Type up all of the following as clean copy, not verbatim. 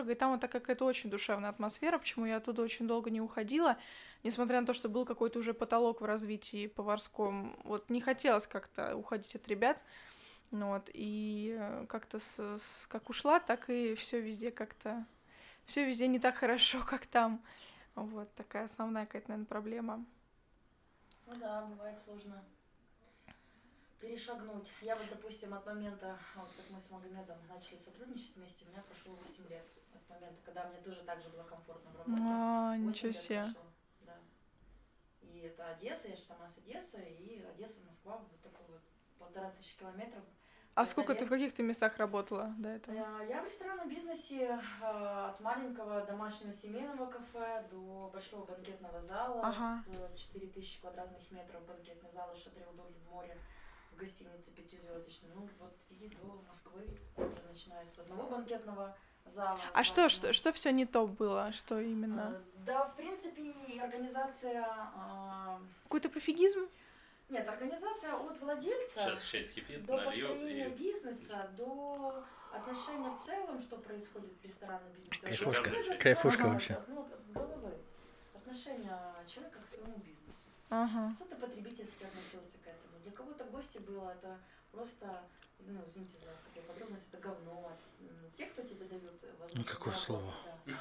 И там вот такая какая-то очень душевная атмосфера, почему я оттуда очень долго не уходила, несмотря на то, что был какой-то уже потолок в развитии поварском. Вот не хотелось как-то уходить от ребят, ну вот, и как-то как ушла, так и все везде как-то, все везде не так хорошо, как там. Вот такая основная какая-то, наверное, проблема. Ну да, бывает сложно перешагнуть. Я вот, допустим, от момента, вот как мы с Магомедом начали сотрудничать вместе, у меня прошло 8 лет. От момента, когда мне тоже так же было комфортно в работе. 8 Ничего лет себе. прошло, да. И это Одесса, я же сама с Одессы, и Одесса, Москва, вот такой вот 1500 километров. А сколько ты в каких ты местах работала до этого? Я в ресторанном бизнесе от маленького домашнего семейного кафе до большого банкетного зала с 4000 квадратных метров, банкетный зал и шатре вдоль моря, в гостинице 5-звездочной. Ну вот и до Москвы, начиная с одного банкетного зала. А что все не то было? Что именно? Да, в принципе, организация... Какой-то пофигизм? Нет, организация от владельца Сейчас чай кипит, до построения бизнеса, до отношения в целом, что происходит в ресторанном бизнесе. Кайфушка вообще. Ну, с головы. Отношение человека к своему бизнесу. Кто-то потребительски относился к этому. Для кого-то гости было это просто, ну, извините за такие подробности, это говно. Те, кто тебе дают возможность. Ну, какое слово?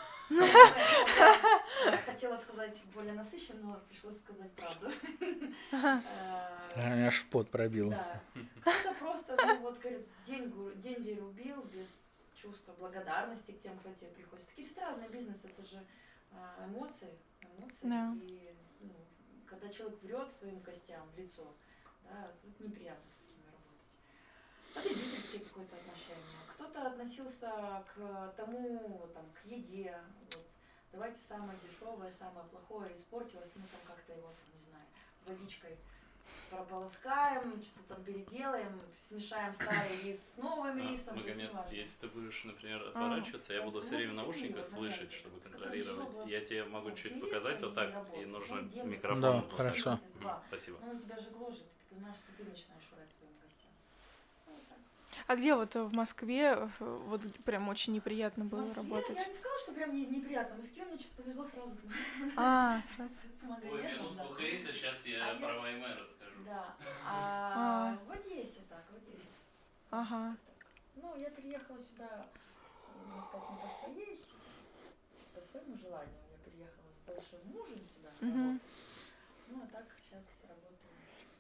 Я хотела сказать более насыщенно, но пришлось сказать правду. Аж в пот пробило. Да. Кто-то просто, ну вот, говорит, деньги рубил без чувства благодарности к тем, кто тебе приходит. Такие ресторанный бизнес, это же эмоции. Да. И ну, когда человек врет своим гостям в лицо, да, неприятно с такими работать. Потребительские какое-то отношение. Кто-то относился к тому, там, к еде. Вот, давайте самое дешевое, самое плохое испортилось, мы там как-то его, не знаю, водичкой прополоскаем, что-то там переделаем, смешаем старый рис с новым рисом. Магомед, если ты будешь, например, отворачиваться, я буду все время в наушниках слышать, чтобы контролировать. Я тебе могу чуть показать вот так, и нужно микрофон. Да, хорошо. Спасибо. Ну, тебя же гложет, ты понимаешь, что ты начинаешь врать своим гостям. А где вот в Москве вот прям очень неприятно было работать? Я не сказала, что прям неприятно. В Москве мне что-то повезло сразу с Магомедом. Ой, минутку хейта, сейчас я про Вайме расскажу. Да. В Одессе так, в Одессе. Ага. Ну, я переехала сюда, можно сказать, не по своему желанию. Я переехала с большим мужем сюда. Ну, а так сейчас работаю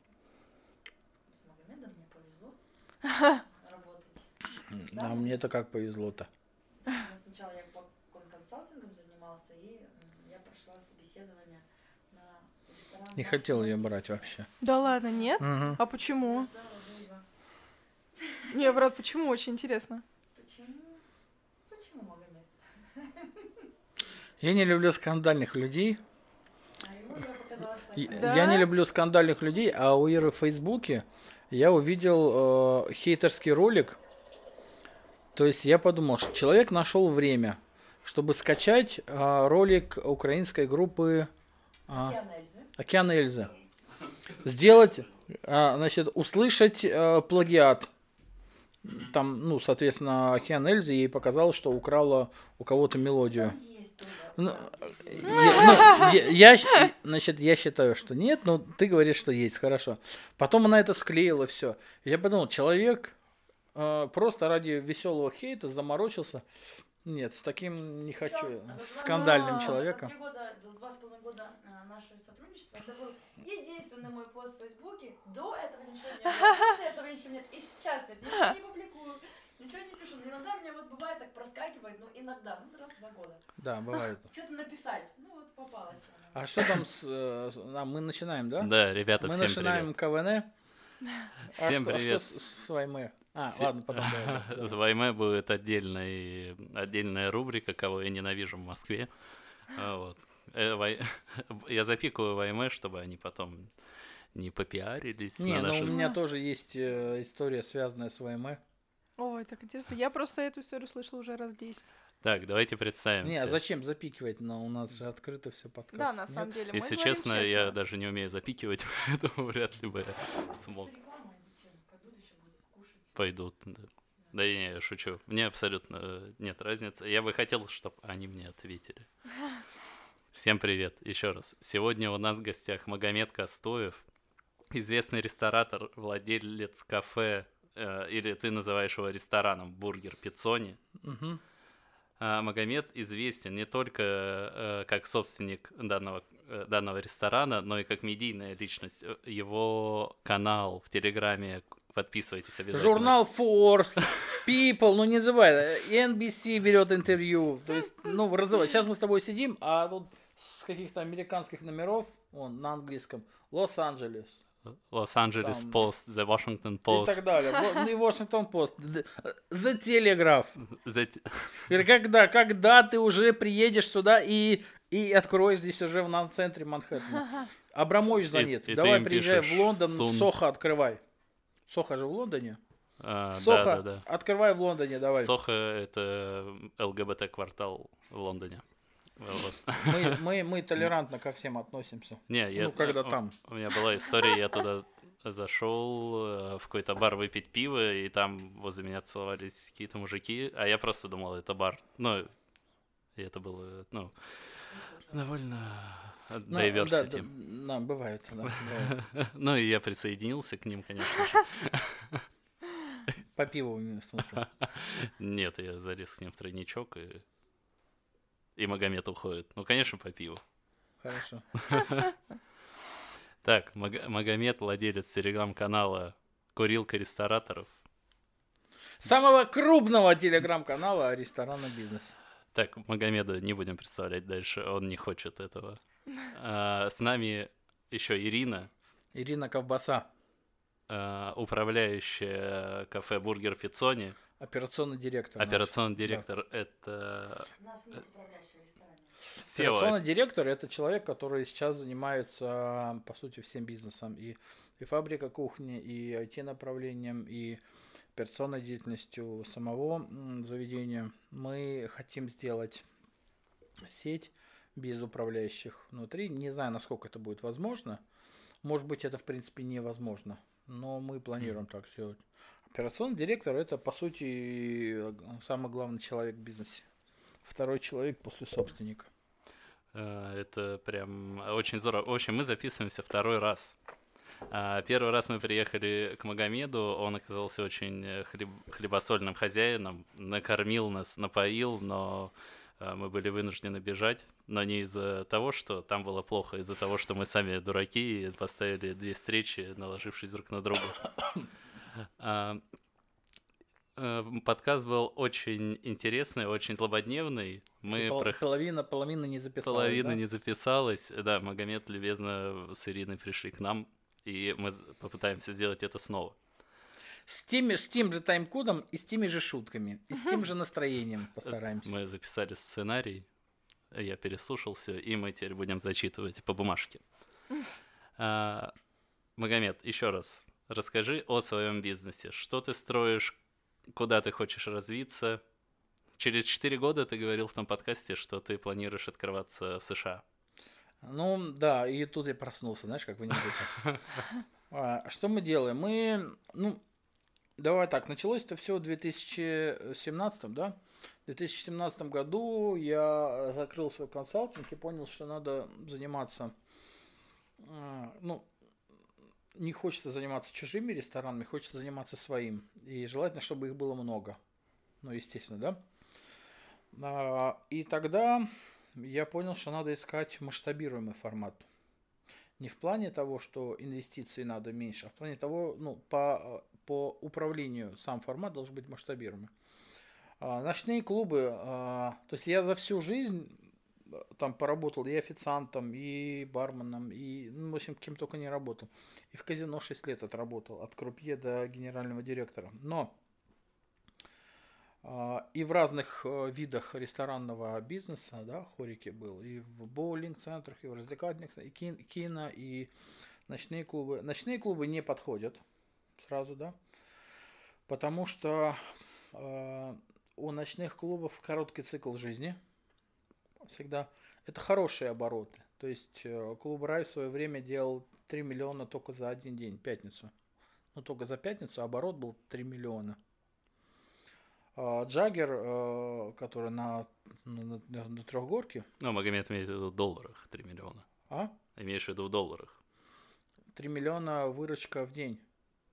с Магомедом, мне повезло работать. А мне-то как повезло-то. Сначала я по консалтингом занимался, и я прошла собеседование на ресторан. Не хотел ее брать вообще. Да ладно, нет? А почему? Не, брат, почему? Очень интересно. Почему, Магомед? Я не люблю скандальных людей. А ему я показала Я не люблю скандальных людей, а у Иры в Фейсбуке я увидел хейтерский ролик. То есть я подумал, что человек нашел время, чтобы скачать ролик украинской группы Океан Эльзы. Сделать, значит, услышать плагиат. Там, ну, соответственно, Океан Эльзы ей показалось, что украла у кого-то мелодию. Я считаю, что нет, но ты говоришь, что есть, хорошо. Потом она это склеила, все. Я подумал, человек просто ради веселого хейта заморочился. Нет, с таким не хочу. С скандальным человеком. 2,5 года наше сотрудничество, это был единственный мой пост в Фейсбуке. До этого ничего не было, после этого ничего нет. И сейчас я ничего не публикую, ничего не пишу. Иногда меня вот бывает так проскакивает, ну иногда, ну раз в 2 года. Да, бывает. Что-то написать, ну вот попалась она. А что там мы начинаем, да? Да, ребята, мы всем начинаем привет. КВН. Всем привет. Что с Вайме? Ладно, потом. С Вайме будет отдельная рубрика, кого я ненавижу в Москве. Вот. Я запикаю Вайме, чтобы они потом не попиарились. Не, ну у меня тоже есть история, связанная с Вайме. Ой, так интересно. Я просто эту историю слышала уже раз 10. Так, давайте представимся. Не, а зачем запикивать? Но у нас же открыто все подкасты. Да, на самом деле. Если честно, я даже не умею запикивать, поэтому вряд ли бы я смог. Пойдут еще будут кушать. Пойдут, да. Да не, я шучу. Мне абсолютно нет разницы. Я бы хотел, чтобы они мне ответили. Всем привет еще раз. Сегодня у нас в гостях Магомед Костоев, известный ресторатор, владелец кафе, или ты называешь его рестораном, Бургер Пиццони. Мгм. Магомед известен не только как собственник данного ресторана, но и как медийная личность. Его канал в Телеграме, подписывайтесь обязательно. Журнал Forbes, People, ну не называй, NBC берет интервью, то есть, ну, разывай. Сейчас мы с тобой сидим, а тут с каких-то американских номеров, он на английском, Лос-Анджелес. Лос-Анджелес Там. Пост, The Washington И Post. так далее. Ну и Washington Post. The Telegraph. The- Или когда ты уже приедешь сюда и откроешь здесь уже в центре Манхэттена. Абрамович звонит. И ты Давай им приезжай пишешь, в Лондон, Сун. Сохо открывай. Сохо же в Лондоне? Да. Сохо открывай в Лондоне, давай. Сохо — это ЛГБТ-квартал в Лондоне. Вот. Мы толерантно ко всем относимся. Не, Ну, когда там. У меня была история, я туда зашел в какой-то бар выпить пиво, и там возле меня целовались какие-то мужики, а я просто думал, это бар. Ну, и это было, ну, довольно Ну, diversity. Да, бывает. Да, бывает. Ну, и я присоединился к ним, конечно же. По пиву, в смысле. Нет, я залез к ним в тройничок, и Магомед уходит. Ну, конечно, по пиву. Хорошо. Так, Магомед, владелец телеграм-канала «Курилка рестораторов». Самого крупного телеграм-канала «Ресторанный бизнес». Так, Магомеда не будем представлять дальше, он не хочет этого. С нами еще Ирина, Ирина Ковбаса, управляющая кафе «Бургер Пиццони». операционный директор. Операционный директор — это У нас нет управляющего ресторана. SEO. Операционный директор — это человек, который сейчас занимается, по сути, всем бизнесом. И фабрика кухни, и IT-направлением, и операционной деятельностью самого заведения. Мы хотим сделать сеть без управляющих внутри. Не знаю, насколько это будет возможно. Может быть, это, в принципе, невозможно. Но мы планируем так сделать. Операционный директор — это, по сути, самый главный человек в бизнесе. Второй человек после собственника. Это прям очень здорово. В общем, мы записываемся второй раз. Первый раз мы приехали к Магомеду, он оказался очень хлебосольным хозяином, накормил нас, напоил, но мы были вынуждены бежать, но не из-за того, что там было плохо, а из-за того, что мы сами дураки и поставили 2 встречи, наложившись друг на друга. Подкаст был очень интересный, очень злободневный. Половина не записалась. Половина не записалась. Да, Магомед любезно с Ириной пришли к нам, и мы попытаемся сделать это снова. С тем же тайм-кодом и с теми же шутками, и с тем же настроением постараемся. Мы записали сценарий, я переслушал все, и мы теперь будем зачитывать по бумажке. Магомед, еще раз, расскажи о своем бизнесе. Что ты строишь, куда ты хочешь развиться? Через 4 года ты говорил в том подкасте, что ты планируешь открываться в США. Ну, да, и тут я проснулся, знаешь, как в анекдоте. Что мы делаем? Давай так, началось это все в 2017, да? В 2017 году я закрыл свой консалтинг и понял, что надо заниматься, не хочется заниматься чужими ресторанами, хочется заниматься своим. И желательно, чтобы их было много. Ну, естественно, да? И тогда я понял, что надо искать масштабируемый формат. Не в плане того, что инвестиций надо меньше, а в плане того, по управлению сам формат должен быть масштабируемый. Ночные клубы, то есть я за всю жизнь там поработал и официантом, и барменом, и, в общем, кем только не работал. И в казино 6 лет отработал, от крупье до генерального директора. Но и в разных видах ресторанного бизнеса, да, хорики был, и в боулинг-центрах, и в развлекательных, и кино, и ночные клубы. Ночные клубы не подходят сразу, да, потому что у ночных клубов короткий цикл жизни всегда. Это хорошие обороты. То есть клуб «Рай» в свое время делал 3 миллиона только за один день, пятницу. Но только за пятницу оборот был 3 миллиона. Джаггер, который на трехгорке. Ну, Магомед имеет в виду в долларах 3 миллиона. А? Имеешь в виду в долларах? 3 миллиона выручка в день.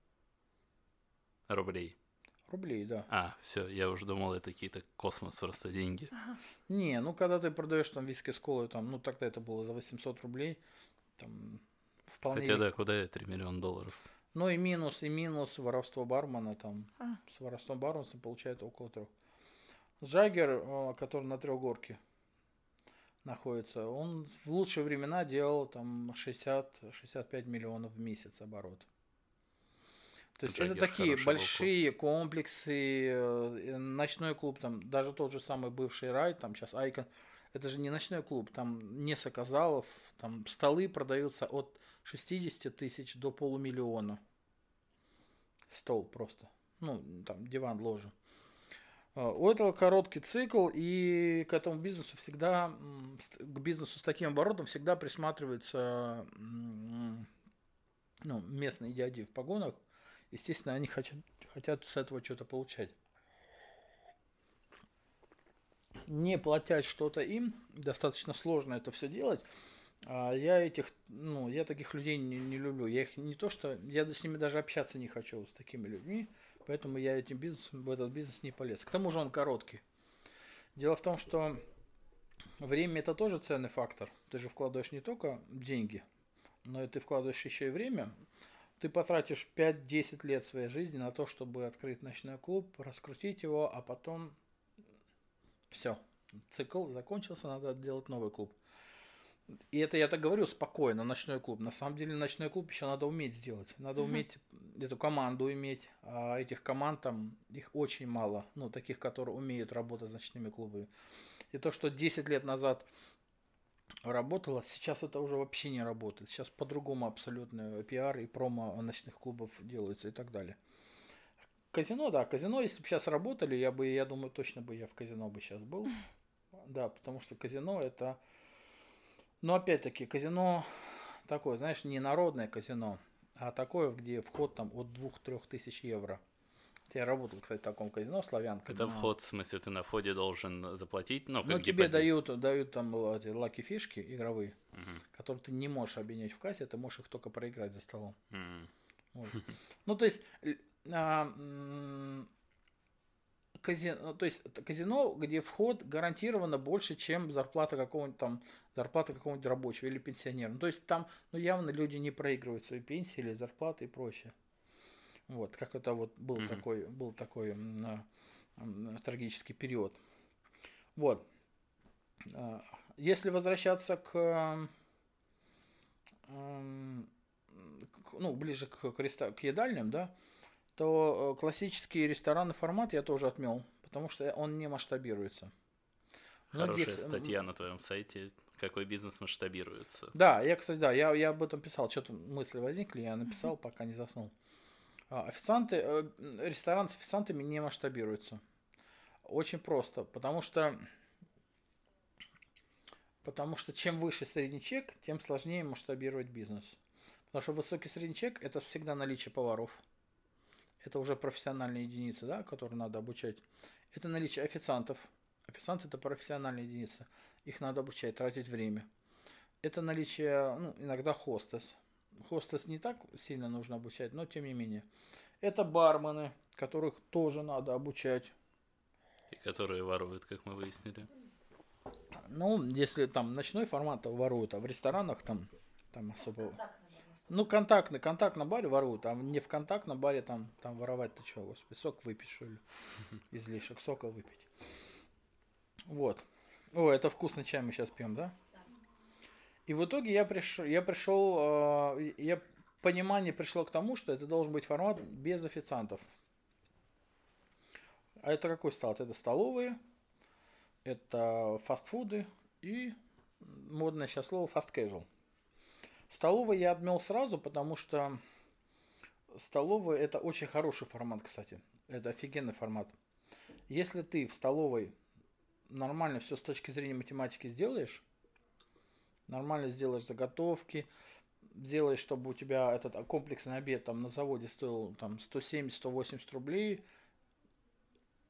Рублей. Рублей, да. А, все, я уже думал, это какие-то космос просто деньги. Не, ну когда ты продаешь там виски с колой, там, ну тогда это было за 800 рублей, там вполне. Хотя да, куда я 3 миллиона долларов? Ну и минус воровство бармена там. А. С воровством бармена получает около 3. Джаггер, который на трехгорке находится, он в лучшие времена делал там 60-65 миллионов в месяц оборот. То есть Джаггер это такие хороший большие комплексы, ночной клуб, там даже тот же самый бывший рай, там сейчас Айкон, это же не ночной клуб, там несколько залов, там столы продаются от 60 тысяч до полумиллиона. Стол просто. Ну, там диван, ложа. У этого короткий цикл, и к этому бизнесу всегда, к бизнесу с таким оборотом всегда присматриваются местные дяди в погонах. Естественно, они хотят с этого что-то получать. Не платя что-то им, достаточно сложно это все делать. Я таких людей не люблю. Я их не то что, я с ними даже общаться не хочу с такими людьми, поэтому я в этот бизнес не полез. К тому же он короткий. Дело в том, что время это тоже ценный фактор. Ты же вкладываешь не только деньги, но и ты вкладываешь еще и время. Ты потратишь 5-10 лет своей жизни на то, чтобы открыть ночной клуб, раскрутить его, а потом все, цикл закончился, надо делать новый клуб. И это я так говорю спокойно, ночной клуб. На самом деле ночной клуб еще надо уметь сделать. Надо уметь эту команду иметь. А этих команд там, их очень мало. Ну, таких, которые умеют работать с ночными клубами. И то, что 10 лет назад работало, сейчас это уже вообще не работает. Сейчас по-другому абсолютно пиар и промо ночных клубов делаются и так далее. Казино, да, казино, если бы сейчас работали, я думаю, точно бы я в казино бы сейчас был. Да, потому что казино это... Но опять-таки, казино такое, знаешь, не народное казино, а такое, где вход там от 2-3 тысяч евро. Я работал, кстати, в таком казино, Славянка. Это вход, в смысле, ты на входе должен заплатить, ну, как Ну, тебе депозит. дают там эти лаки-фишки игровые, которые ты не можешь обменять в кассе, ты можешь их только проиграть за столом. Вот. Ну, то есть, казино, где вход гарантированно больше, чем зарплата какого-нибудь рабочего или пенсионера. Ну, то есть там явно люди не проигрывают свои пенсии или зарплаты и прочее. Вот, как это вот был такой трагический период. Вот. Если возвращаться ближе к едальням, да, то классический ресторанный формат я тоже отмел, потому что он не масштабируется. Хорошая статья на твоем сайте, какой бизнес масштабируется. Да, я об этом писал, что-то мысли возникли, я написал, пока не заснул. Ресторан с официантами не масштабируется. Очень просто, потому что чем выше средний чек, тем сложнее масштабировать бизнес. Потому что высокий средний чек – это всегда наличие поваров. Это уже профессиональные единицы, да, которые надо обучать. Это наличие официантов. Официанты – это профессиональные единицы. Их надо обучать, тратить время. Это наличие, иногда хостес. Хостес не так сильно нужно обучать, но тем не менее. Это бармены, которых тоже надо обучать. И которые воруют, как мы выяснили. Ну, если там ночной формат, то воруют, а в ресторанах там особо... Контакт на баре воруют, а не в контактном баре там воровать-то что, господи, сок выпить, что ли? Излишек сока выпить. Вот. О, это вкусный чай мы сейчас пьем, да? И в итоге понимание пришло к тому, что это должен быть формат без официантов. А это какой стал? Это столовые, это фастфуды и модное сейчас слово fast casual. Столовые я отмел сразу, потому что столовые это очень хороший формат, кстати. Это офигенный формат. Если ты в столовой нормально все с точки зрения математики сделаешь, нормально сделаешь заготовки, сделаешь, чтобы у тебя этот комплексный обед там на заводе стоил там 170-180 рублей,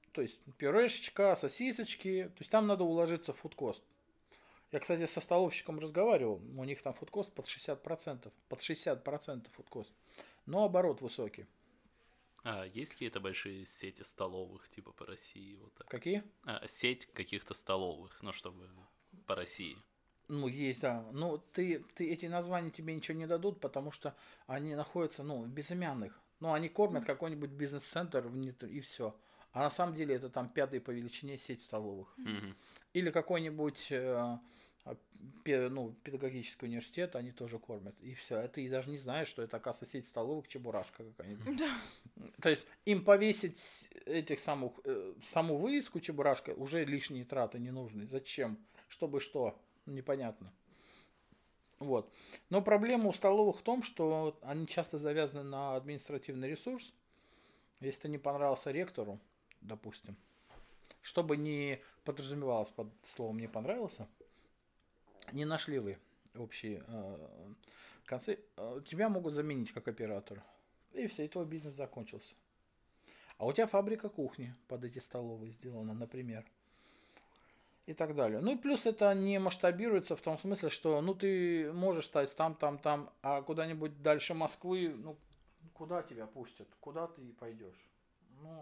То есть пюрешечка, сосисочки. То есть там надо уложиться в фудкост. Я, кстати, со столовщиком разговаривал. У них там фудкост под 60%. Под 60% фудкост. Но оборот высокий. А есть какие-то большие сети столовых, типа по России? Вот так? Какие? Сеть каких-то столовых, ну, чтобы по России. Ну, есть, да. Ну, ты эти названия тебе ничего не дадут, потому что они находятся, ну, в безымянных. Ну, они кормят какой-нибудь бизнес-центр и все. А на самом деле это там 5-й по величине сеть столовых. Мгм. Или какой-нибудь ну, педагогический университет, они тоже кормят. И все. А ты даже не знаешь, что это, оказывается, сеть столовых Чебурашка какая-нибудь. Да. То есть им повесить этих самых, саму вывеску Чебурашка уже лишние траты не нужны. Зачем? Чтобы что? Непонятно. Вот. Но проблема у столовых в том, что они часто завязаны на административный ресурс. Если ты не понравился ректору, допустим, чтобы не подразумевалось под словом «не понравился», не нашли вы общие концы, тебя могут заменить как оператора. И все, и твой бизнес закончился. А у тебя фабрика кухни под эти столовые сделана, например. И так далее. Ну и плюс это не масштабируется в том смысле, что ну ты можешь стать там, а куда-нибудь дальше Москвы, ну куда тебя пустят, куда ты пойдешь. Ну,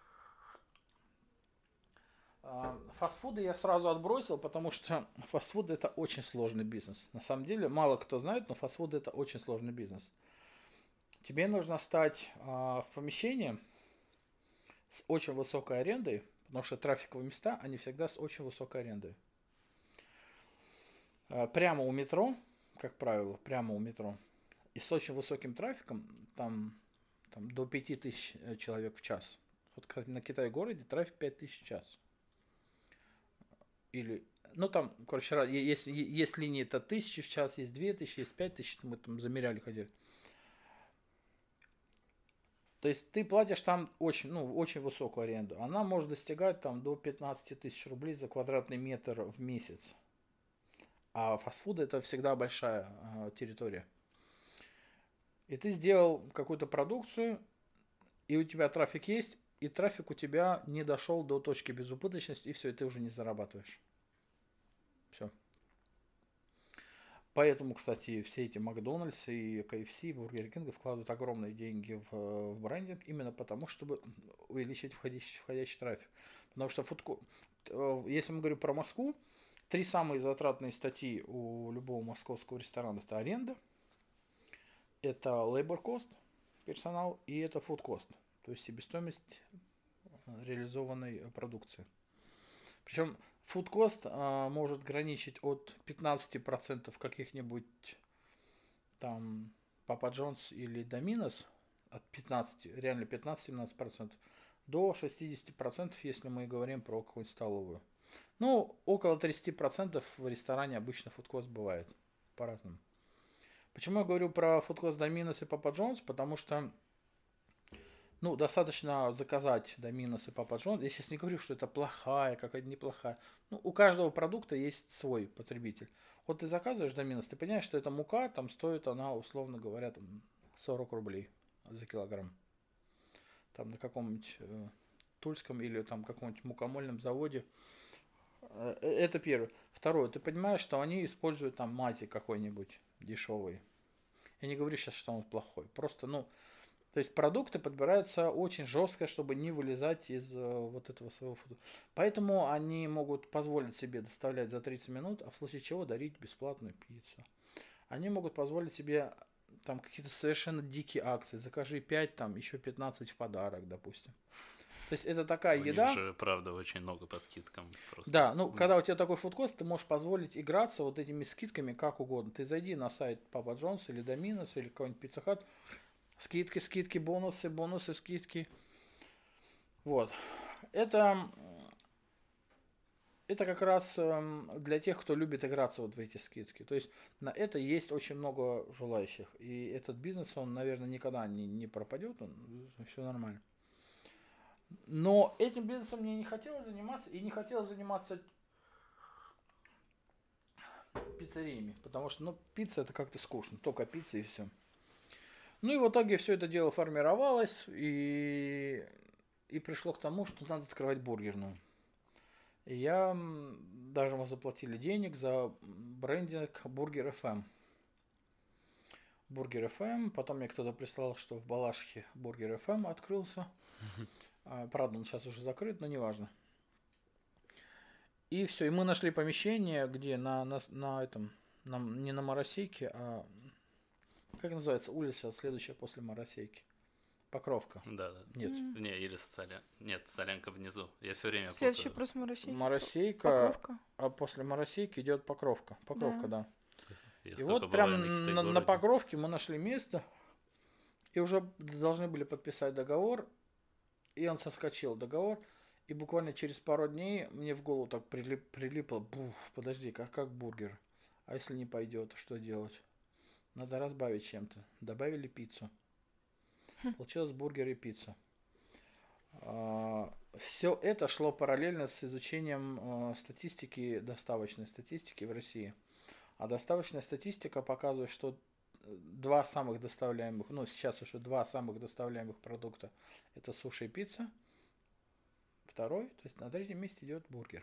фастфуды я сразу отбросил, потому что фастфуд это очень сложный бизнес. На самом деле мало кто знает, но фастфуд это очень сложный бизнес. Тебе нужно стать в помещении с очень высокой арендой, потому что трафиковые места, они всегда с очень высокой арендой. Прямо у метро, как правило, прямо у метро, и с очень высоким трафиком, там до 5000 человек в час. Вот на Китай-городе трафик 5000 в час. Или, ну там, короче, есть линии это 1000 в час, есть 2000, есть 5000, мы там замеряли, ходили. То есть ты платишь там очень, ну, очень высокую аренду. Она может достигать там до 15 тысяч рублей за квадратный метр в месяц. А фастфуд это всегда большая территория. И ты сделал какую-то продукцию, и у тебя трафик есть, и трафик у тебя не дошел до точки безубыточности, и все, и ты уже не зарабатываешь. Все. Поэтому, кстати, все эти Макдональдс и KFC, Бургер Кинг вкладывают огромные деньги в брендинг именно потому, чтобы увеличить входящий трафик. Потому что если мы говорим про Москву, 3 самые затратные статьи у любого московского ресторана это аренда, это labor cost, персонал, и это food cost, то есть себестоимость реализованной продукции. Причем food cost может граничить от 15% каких-нибудь там Papa John's или Domino's, от 15, реально 15-17%, до 60%, если мы говорим про какую-нибудь столовую. Ну, около 30% в ресторане обычно food cost бывает по-разному. Почему я говорю про food cost Domino's и Papa John's? Потому что ну, достаточно заказать Domino's и Papa John's. Я сейчас не говорю, что это плохая, какая-то неплохая. Ну, у каждого продукта есть свой потребитель. Вот ты заказываешь Domino's, ты понимаешь, что эта мука, там стоит она, условно говоря, там 40 рублей за килограмм. Там на каком-нибудь тульском или там каком-нибудь мукомольном заводе. Это первое. Второе, ты понимаешь, что они используют там мази какой-нибудь дешевый. Я не говорю сейчас, что он плохой. Просто, ну, то есть продукты подбираются очень жестко, чтобы не вылезать из вот этого своего фуда. Поэтому они могут позволить себе доставлять за 30 минут, а в случае чего дарить бесплатную пиццу. Они могут позволить себе там какие-то совершенно дикие акции. Закажи 5, там еще 15 в подарок, допустим. То есть это такая еда. У них же, правда, очень много по скидкам. Просто. Да, ну когда у тебя такой фудкост, ты можешь позволить играться вот этими скидками как угодно. Ты зайди на сайт Papa John's или Domino's или какой-нибудь Pizza Hut. Скидки, бонусы, скидки. Вот. Это как раз для тех, кто любит играться вот в эти скидки. То есть на это есть очень много желающих. И этот бизнес, он, наверное, никогда не пропадет. Все нормально. Но этим бизнесом мне не хотелось заниматься. И не хотелось заниматься пиццериями. Потому что, ну, пицца это как-то скучно. Только пицца и все. Ну и в итоге все это дело формировалось, и и пришло к тому, что надо открывать бургерную. И даже мы заплатили денег за брендинг Бургер FM. Бургер FM, потом мне кто-то прислал, что в Балашихе Бургер FM открылся. Правда, он сейчас уже закрыт, но неважно. И все, и мы нашли помещение, где на этом, не на Моросейке, а как называется улица, следующая после Моросейки? Покровка. Да. Нет. Не, или Нет, Солянка внизу. Я все время Следующий путаю. просто Моросейка. Моросейка, Покровка. а после Моросейки идет Покровка. Покровка, да. Я И столько вот бываю прямо на на Китай-городе. Покровке мы нашли место, и уже должны были подписать договор, и он соскочил, договор, и буквально через пару дней мне в голову так прилипло, подожди, как бургер? А если не пойдет, что делать? Надо разбавить чем-то. Добавили пиццу. Получилось бургер и пицца. Все это шло параллельно с изучением статистики, доставочной статистики в России. А доставочная статистика показывает, что два самых доставляемых, сейчас уже два самых доставляемых продукта — это суши и пицца. Второй, то есть на третьем месте идет бургер.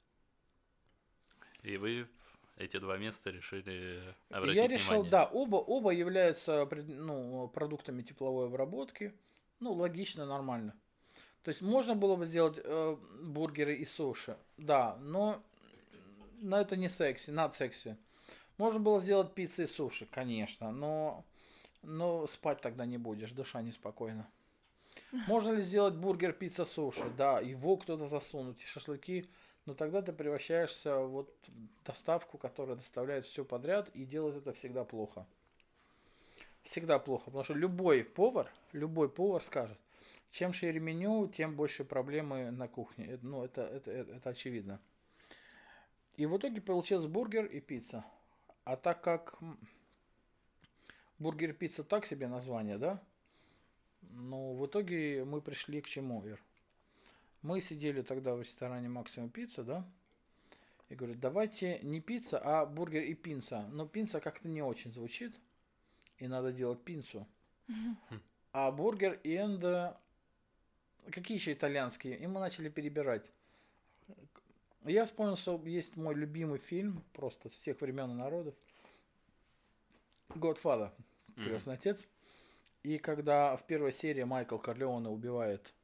И вы эти два места решили обратить Я решил, внимание. да, оба являются продуктами тепловой обработки. Логично, нормально. То есть можно было бы сделать бургеры и суши, да, но это не секси, над секси. Можно было сделать пиццу и суши, конечно, но спать тогда не будешь, душа неспокойна. Можно ли сделать бургер, пицца, суши? Да, его кто-то засунуть, и шашлыки, но тогда ты превращаешься в доставку, которая доставляет все подряд, и делать это всегда плохо. Всегда плохо, потому что любой повар скажет, чем шире меню, тем больше проблемы на кухне. Это очевидно. И в итоге получился бургер и пицца. А так как бургер и пицца так себе название, да? В итоге мы пришли к чему, Ир? Мы сидели тогда в ресторане Максимум Пицца, да? И говорю, давайте не пицца, а бургер и пинца. Но пинца как-то не очень звучит. И надо делать пинцу. А бургер и какие еще итальянские? И мы начали перебирать. Я вспомнил, что есть мой любимый фильм, просто с всех времен и народов. Godfather, Крестный отец. И когда в первой серии Майкл Корлеоне убивает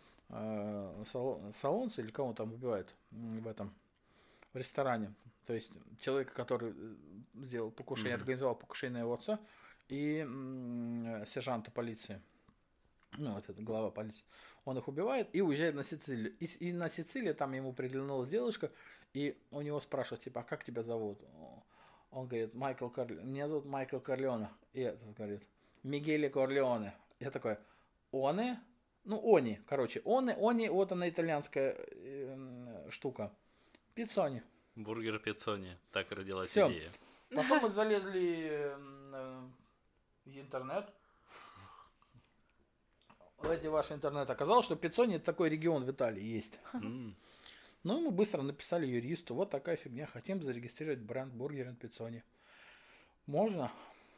Солонца, или кого он там убивает в ресторане. То есть человека, который сделал покушение, организовал покушение на его отца, и сержанта полиции. Это глава полиции. Он их убивает и уезжает на Сицилию. И на Сицилии там ему приглянулась девушка, и у него спрашивают, а как тебя зовут? Он говорит, меня зовут Майкл Корлеоне. И этот говорит, Мигеле Корлеоне. Я такой, Оне? Они. Короче, они, вот она итальянская штука. Пиццони. Бургер пиццони. Так родилась Всё. идея. Потом мы залезли в интернет. Ваш интернет оказалось, что Пиццони — это такой регион в Италии есть. И мы быстро написали юристу, вот такая фигня, хотим зарегистрировать бренд Бургер энд Пиццони. Можно,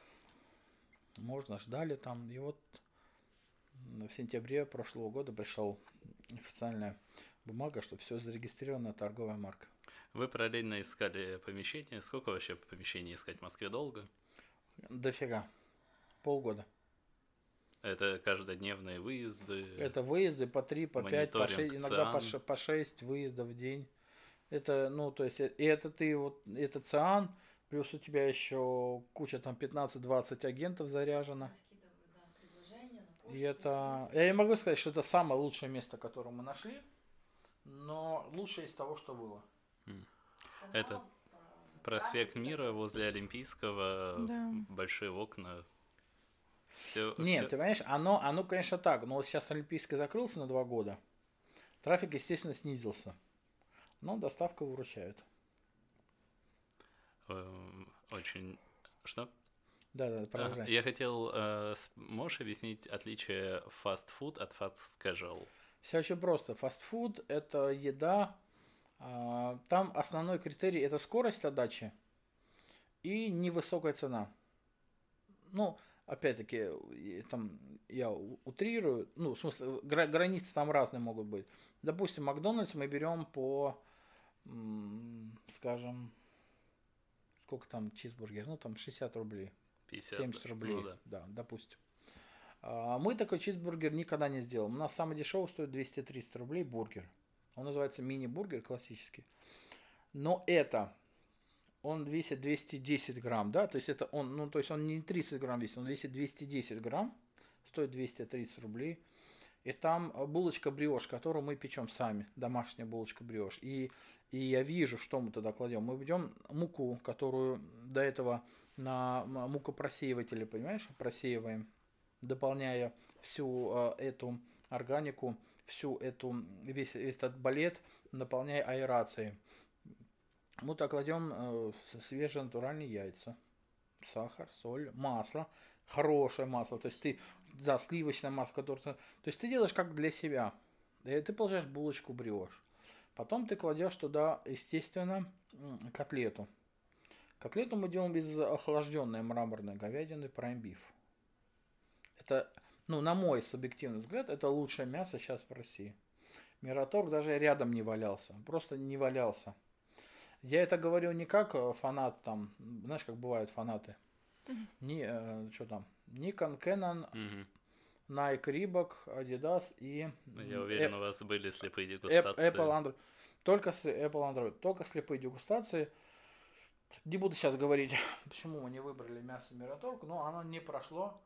ждали там, и вот в сентябре прошлого года пришел официальная бумага, что все зарегистрировано, торговая марка. Вы параллельно искали помещение. Сколько вообще помещений искать в Москве? Долго? Дофига. Полгода. Это каждодневные выезды? Это выезды по 3, по 5, по 6, иногда циан. по 6 выездов в день. Это, то есть, и это это циан, плюс у тебя еще куча там 15-20 агентов заряжено. И это, я не могу сказать, что это самое лучшее место, которое мы нашли, но лучшее из того, что было. Это проспект Мира возле Олимпийского, Да. большие окна. Нет, ты понимаешь, оно, конечно, так, но вот сейчас Олимпийский закрылся на 2 года, трафик, естественно, снизился, но доставка выручает. Очень... Что? Да, продолжай. Я хотел... Можешь объяснить отличие фастфуд от fast casual? Все очень просто. Фастфуд — это еда. Там основной критерий — это скорость отдачи и невысокая цена. опять-таки, там я утрирую, ну, в смысле, границы там разные могут быть. Допустим, Макдональдс мы берем по, скажем, сколько там чизбургер, ну, там 60 рублей, 50, 70 рублей, ну да. да, допустим. Мы такой чизбургер никогда не сделаем. У нас самый дешевый стоит 200-300 рублей бургер. Он называется мини-бургер классический. Но он весит 210 грамм, да, то есть это он, ну, то есть он не 30 грамм весит, он весит 210 грамм, стоит 230 рублей. И там булочка бриош, которую мы печем сами, домашняя булочка бриош. И я вижу, что мы туда кладем. Мы берем муку, которую до этого на мукопросеивателе, понимаешь, просеиваем, дополняя всю эту органику, весь этот балет, наполняя аэрацией. Мы так кладем свежие натуральные яйца, сахар, соль, масло, хорошее масло, то есть ты, да, сливочное масло, которое, то есть ты делаешь как для себя, и ты получаешь булочку бриош. Потом ты кладешь туда, естественно, котлету. Котлету мы делаем без охлажденной мраморной говядины Prime Beef. Это, ну, на мой субъективный взгляд, это лучшее мясо сейчас в России. Мираторг даже рядом не валялся, просто не валялся. Я это говорю не как фанат там, знаешь, как бывают фанаты. Что там? Nikon, Canon, Nike, Reebok, Adidas и... Я уверен, у вас были слепые дегустации. Apple, Android. Только Apple, Android. Только слепые дегустации. Не буду сейчас говорить, почему мы не выбрали мясо Мираторг, но оно не прошло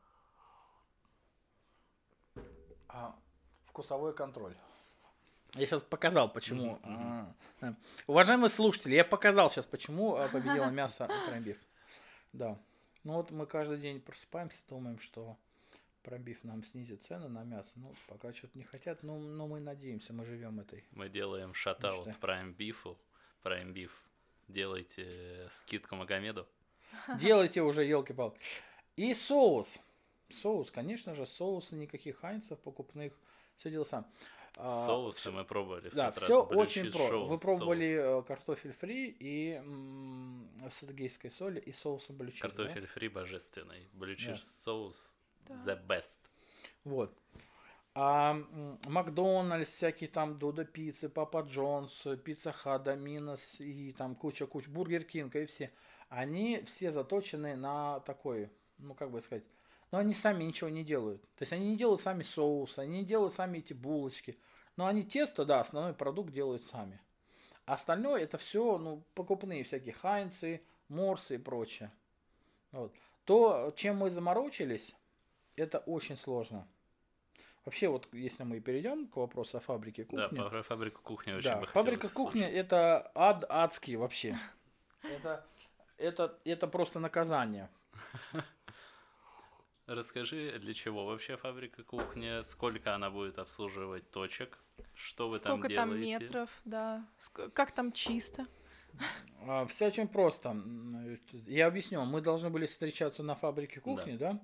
вкусовой контроль. Я сейчас показал, почему. Уважаемые слушатели, я показал сейчас, почему победило мясо Prime Beef. Да. Ну вот мы каждый день просыпаемся, думаем, что Prime Beef нам снизит цены на мясо. Ну, пока что-то не хотят, но мы надеемся, мы живем этой. Мы делаем шатаут Prime Beef. Prime Beef. Делайте скидку Магомеду. Делайте уже, елки-палки. И соус. Соус, конечно же, соусы, никаких хайнцев покупных. Все дело сам. Соусы мы пробовали. Да, все очень просто. Вы пробовали картофель фри и с адыгейской соли и соусом блю чиз. Картофель фри божественный. Блю чиз соус the best. Вот. А Макдональдс, всякие там Додо пиццы, Папа Джонс, Пицца Хат, Доминос и там куча, Бургер Кинг и все. Они все заточены на такой, ну как бы сказать, но они сами ничего не делают. То есть они не делают сами соус, они не делают сами эти булочки. Но они тесто, да, основной продукт делают сами. А остальное это все, ну, покупные всякие хайнцы, морсы и прочее. Вот. То, чем мы заморочились, это очень сложно. Вообще, вот если мы перейдем к вопросу о фабрике кухни. Да, про фабрику кухни очень да, бы фабрика кухни это адский вообще. Это просто наказание. Расскажи, для чего вообще фабрика кухни, сколько она будет обслуживать точек, что вы там делаете? Сколько там метров, да, как там чисто? Все очень просто. Я объясню, мы должны были встречаться на фабрике кухни, да?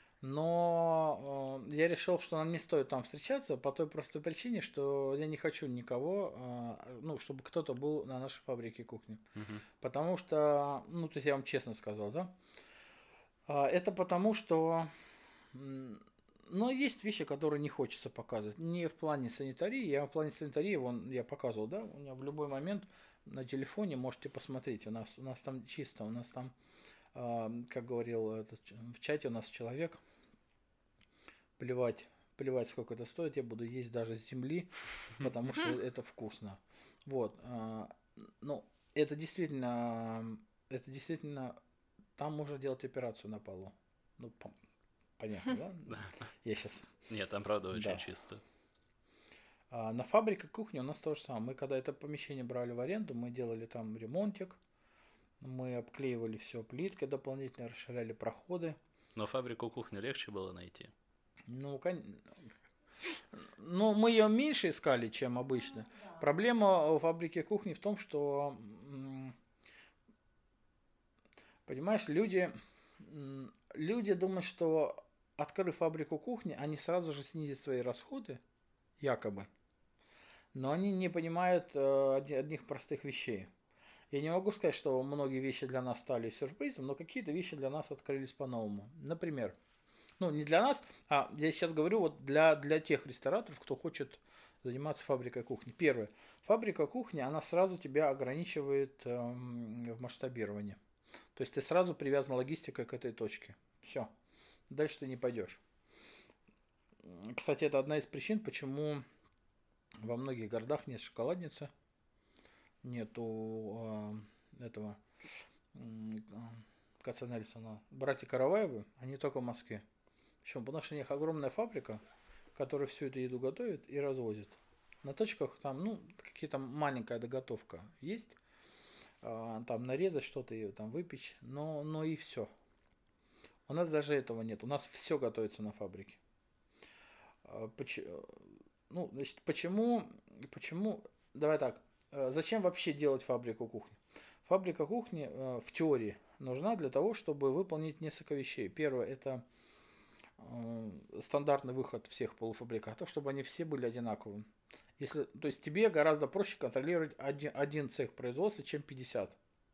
Но я решил, что нам не стоит там встречаться по той простой причине, что я не хочу никого, ну, чтобы кто-то был на нашей фабрике кухни. Потому что, ну, то есть я вам честно сказал, да? Это потому, что, ну, есть вещи, которые не хочется показывать. Не в плане санитарии, я в плане санитарии, вон, я показывал, да, у меня в любой момент на телефоне можете посмотреть, у нас там чисто, у нас там, как говорил в чате у нас человек, плевать, сколько это стоит, я буду есть даже с земли, потому что это вкусно. Вот, ну, это действительно, там можно делать операцию на полу. Ну, понятно, да? Я сейчас... Нет, там правда очень чисто. На фабрике кухни у нас то же самое. Мы когда это помещение брали в аренду, мы делали там ремонтик, мы обклеивали все плиткой дополнительно, расширяли проходы. Но фабрику кухни легче было найти? Ну, мы ее меньше искали, чем обычно. Проблема в фабрике кухни в том, что... Понимаешь, люди думают, что открыв фабрику кухни, они сразу же снизят свои расходы, якобы. Но они не понимают одних простых вещей. Я не могу сказать, что многие вещи для нас стали сюрпризом, но какие-то вещи для нас открылись по-новому. Например, Ну, не для нас, а я сейчас говорю вот для тех рестораторов, кто хочет заниматься фабрикой кухни. Первое. Фабрика кухни, она сразу тебя ограничивает в масштабировании. То есть ты сразу привязан логистикой к этой точке. Все. Дальше ты не пойдешь. Кстати, это одна из причин, почему во многих городах нет шоколадницы, нету этого Каца Нельсона. Братья Караваевы, они только в Москве. Почему? Потому что у них огромная фабрика, которая всю эту еду готовит и развозит. На точках там, ну, какие-то маленькая доготовка есть. Там нарезать что-то и там выпечь, но и все. У нас даже этого нет. У нас все готовится на фабрике. Ну, значит, почему, давай так, зачем вообще делать фабрику кухни? Фабрика кухни в теории нужна для того, чтобы выполнить несколько вещей. Первое, это стандартный выход всех полуфабрикатов, чтобы они все были одинаковыми. То есть тебе гораздо проще контролировать один цех производства, чем 50.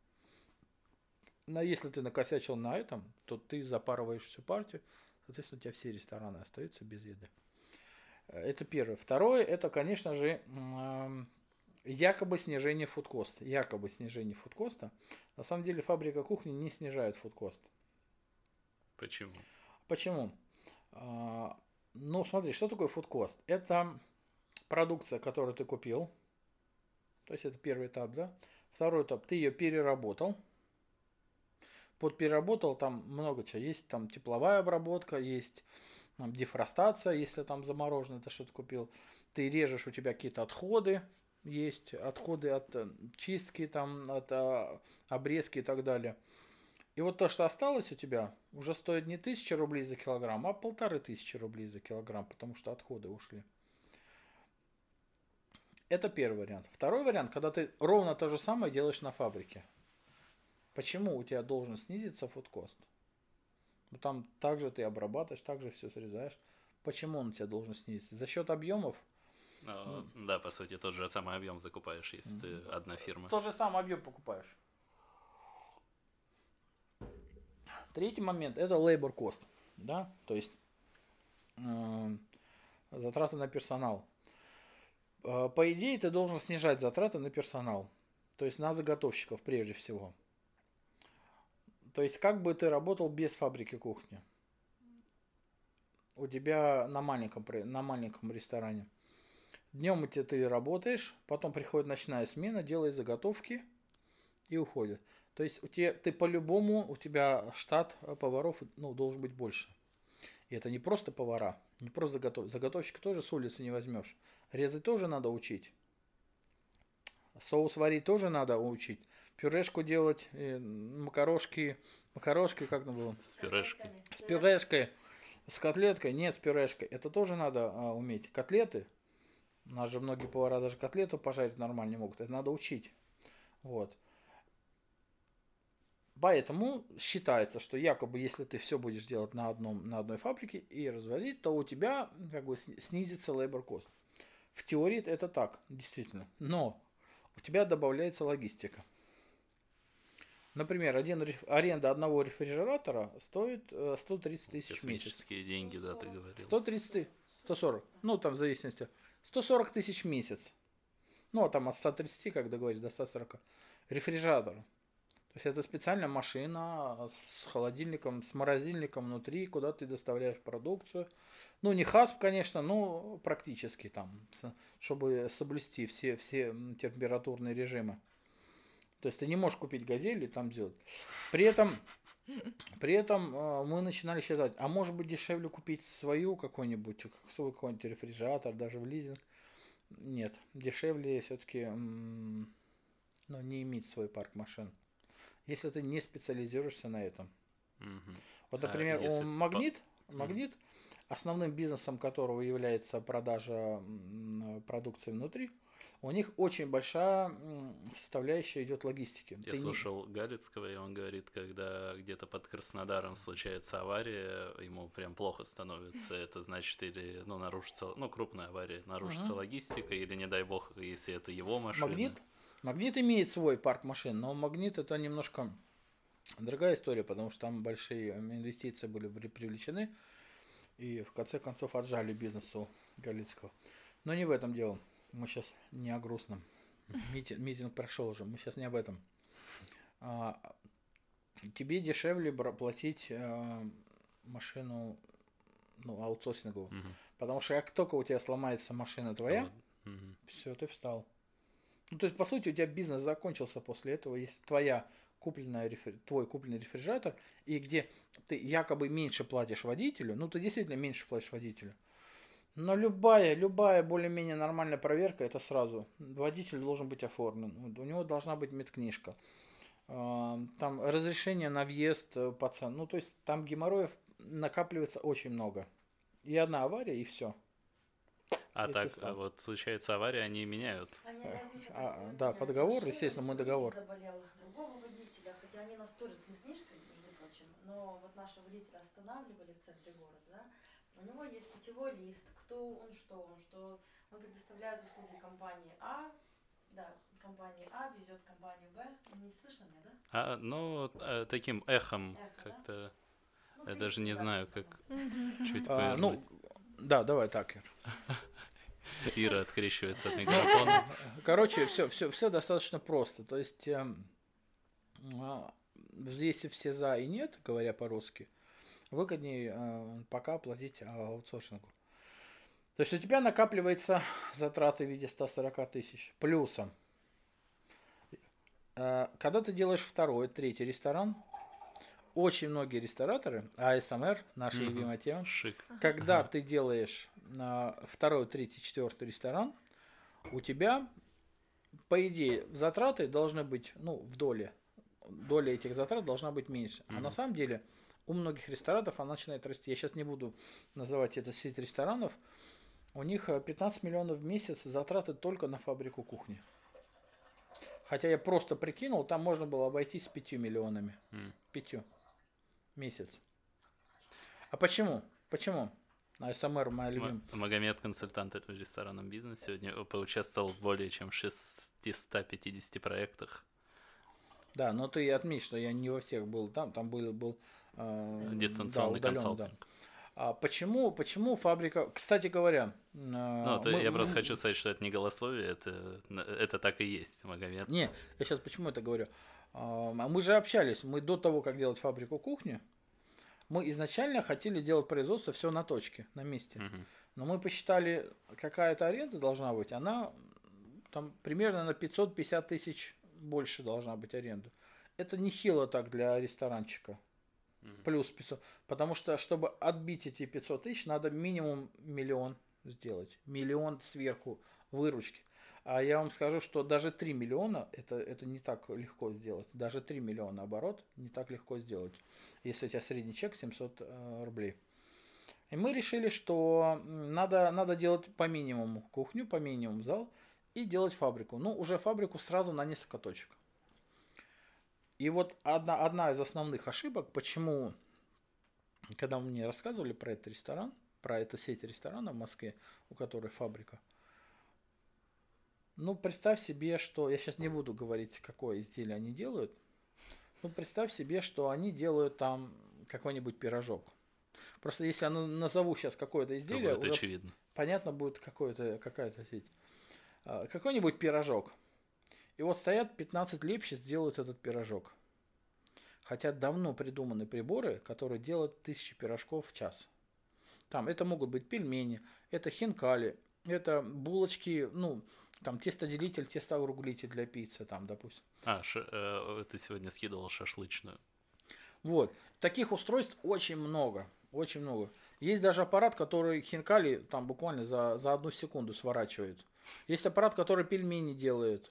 Но если ты накосячил на этом, то ты запарываешь всю партию, соответственно, у тебя все рестораны остаются без еды. Это первое. Второе, это, конечно же, якобы снижение фудкоста. Якобы снижение фудкоста. На самом деле фабрика кухни не снижает фудкост. Почему? Почему? Ну, смотри, что такое фудкост? Это продукция, которую ты купил. То есть это первый этап, да? Второй этап, ты ее переработал. Под переработал там много чего. Есть там тепловая обработка, есть там дефростация, если там замороженное ты что-то купил. Ты режешь, у тебя какие-то отходы. Есть отходы от чистки, там, от обрезки и так далее. И вот то, что осталось у тебя, уже стоит не 1000 рублей за килограмм, а 1500 рублей за килограмм, потому что отходы ушли. Это первый вариант. Второй вариант, когда ты ровно то же самое делаешь на фабрике. Почему у тебя должен снизиться фудкост? Ну, там также ты обрабатываешь, также все срезаешь. Почему он у тебя должен снизиться? За счет объемов? Да, по сути, тот же самый объем закупаешь, если ты одна фирма. Тот же самый объем покупаешь. Третий момент это labor cost, да, то есть затраты на персонал. По идее, ты должен снижать затраты на персонал, то есть на заготовщиков прежде всего. То есть как бы ты работал без фабрики кухни? У тебя на маленьком ресторане. Днем ты работаешь, потом приходит ночная смена, делает заготовки и уходит. То есть ты по-любому, у тебя штат поваров должен быть больше. И это не просто повара, не просто заготовщика тоже с улицы не возьмешь. Резать тоже надо учить. Соус варить тоже надо учить. Пюрешку делать, макарошки, как это было? С пюрешкой. С пюрешкой, с котлеткой, нет, с пюрешкой. Это тоже надо уметь. Котлеты, у нас же многие повара даже котлету пожарить нормально не могут. Это надо учить. Вот. Поэтому считается, что якобы если ты все будешь делать на одной фабрике и разводить, то у тебя как бы снизится labor cost. В теории это так, действительно. Но у тебя добавляется логистика. Например, аренда одного рефрижератора стоит 130 тысяч в месяц. Космические деньги, да, ты говорил. 130, 140, ну там в зависимости. 140 тысяч в месяц. Ну, там от 130, как договорились, до 140. Рефрижератор. То есть это специальная машина с холодильником, с морозильником внутри, куда ты доставляешь продукцию. Ну, не хасп, конечно, но практически там, чтобы соблюсти все температурные режимы. То есть ты не можешь купить газель и там сделать. При этом мы начинали считать, а может быть дешевле купить свой какой-нибудь рефрижератор, даже в лизинг. Нет, дешевле все-таки не иметь свой парк машин. Если ты не специализируешься на этом. Угу. Вот, например, у Магнит, основным бизнесом которого является продажа продукции внутри, у них очень большая составляющая идет логистики. Я слушал Галицкого, и он говорит, когда где-то под Краснодаром случается авария, ему прям плохо становится. Это значит, или нарушится, крупная авария, нарушится логистика, или, не дай бог, если это его машина. Магнит имеет свой парк машин, но Магнит это немножко другая история, потому что там большие инвестиции были привлечены. И в конце концов отжали бизнес у Галицкого. Но не в этом дело. Мы сейчас не о грустном. Митинг прошел уже. Мы сейчас не об этом. Тебе дешевле платить машину, ну, аутсорсинговую. Потому что как только у тебя сломается машина твоя, все, ты встал. Ну, то есть, по сути, у тебя бизнес закончился после этого, если твой купленный рефрижератор, и где ты якобы меньше платишь водителю, ну, ты действительно меньше платишь водителю. Но любая более-менее нормальная проверка, это сразу. Водитель должен быть оформлен, у него должна быть медкнижка. Там разрешение на въезд пацан. Ну, то есть, там геморроев накапливается очень много. И одна авария, и все. А так, вот случается авария, они меняют. Да, по договору, естественно, мы договор. Заболел другого водителя, хотя они нас тоже с медкнижкой, между прочим, но вот нашего водителя останавливали в центре города, да, у него есть путевой лист, кто он, что он предоставляет услуги компании А, да, компания А везет компанию Б, не слышно меня, да? Ну, таким эхом как-то, да? Я даже не знаю, как чуть повернуть. Ну, да, давай так. Ира открещивается от микрофона. Короче, все достаточно просто. То есть, если все за и нет, говоря по-русски, выгоднее пока платить аутсорсингу. То есть, у тебя накапливается затраты в виде 140 тысяч. Плюсом, когда ты делаешь второй, третий ресторан, очень многие рестораторы, АСМР, наша любимая тема, когда ты делаешь второй, третий, четвертый ресторан, у тебя, по идее, затраты должны быть, ну, в доле. Доля этих затрат должна быть меньше. А на самом деле у многих рестораторов она начинает расти. Я сейчас не буду называть это сеть ресторанов. У них 15 миллионов в месяц затраты только на фабрику кухни. Хотя я просто прикинул, там можно было обойтись 5 миллионами. 5 месяц. А почему? Почему? АСМР моя любимая. Магомед, консультант в ресторанном бизнесе, сегодня поучаствовал в более чем 650 проектах. Да, но ты отметь, что я не во всех был там был дистанционный консалтинг. Да. Почему фабрика... Кстати говоря... я просто хочу сказать, что это не голословие, это так и есть, Магомед. Не, я сейчас почему это говорю? Мы же общались, мы до того, как делать фабрику кухни, мы изначально хотели делать производство все на точке, на месте. Но мы посчитали, какая-то аренда должна быть, она там примерно на 550 тысяч больше должна быть аренда. Это нехило так для ресторанчика. Плюс 500. Потому что, чтобы отбить эти 500 тысяч, надо минимум 1 миллион сделать. 1 миллион сверху выручки. А я вам скажу, что даже 3 миллиона это не так легко сделать. Даже 3 миллиона оборот не так легко сделать. Если у тебя средний чек 700 рублей. И мы решили, что надо делать по минимуму кухню, по минимуму зал и делать фабрику. Ну, уже фабрику сразу на несколько точек. И вот одна из основных ошибок, почему, когда мне рассказывали про этот ресторан, про эту сеть ресторанов в Москве, у которой фабрика, ну, представь себе, что... Я сейчас не буду говорить, какое изделие они делают. Ну, представь себе, что они делают там какой-нибудь пирожок. Просто если я назову сейчас какое-то изделие, уже очевидно. Понятно будет какая-то сеть. Какой-нибудь пирожок. И вот стоят 15 лепщиц, делают этот пирожок. Хотя давно придуманы приборы, которые делают 1000 пирожков в час. Там это могут быть пельмени, это хинкали, это булочки, ну, там тестоделитель, тестоокруглитель для пиццы, там, допустим. Ты сегодня скидывал шашлычную. Вот. Таких устройств очень много. Очень много. Есть даже аппарат, который хинкали там буквально за 1 секунду сворачивает. Есть аппарат, который пельмени делает.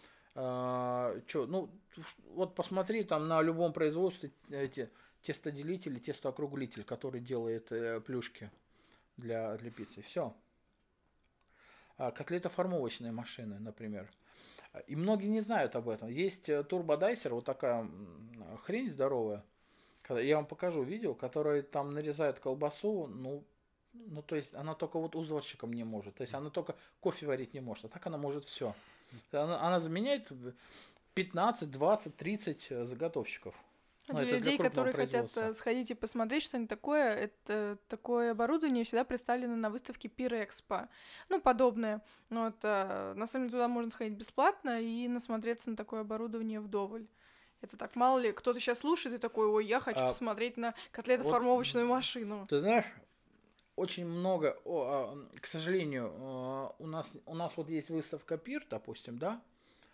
Вот посмотри там на любом производстве эти тестоделители, тестоокруглитель, который делает плюшки для пиццы. Все. Котлетоформовочные машины, например. И многие не знают об этом. Есть турбодайсер, вот такая хрень здоровая. Я вам покажу видео, которое там нарезает колбасу, ну, то есть она только вот узорчиком не может. То есть она только кофе варить не может, а так она может все. Она заменяет 15, 20, 30 заготовщиков. Ну, Для это людей, крупного которые хотят производства. сходить и посмотреть что-нибудь такое, это такое оборудование всегда представлено на выставке Пирэкспо. Ну, подобное. Вот, на самом деле туда можно сходить бесплатно и насмотреться на такое оборудование вдоволь. Это так, мало ли, кто-то сейчас слушает и такой, ой, я хочу А, посмотреть на вот, котлетоформовочную машину. ты знаешь, очень много, к сожалению, у нас вот есть выставка ПИР, допустим, да,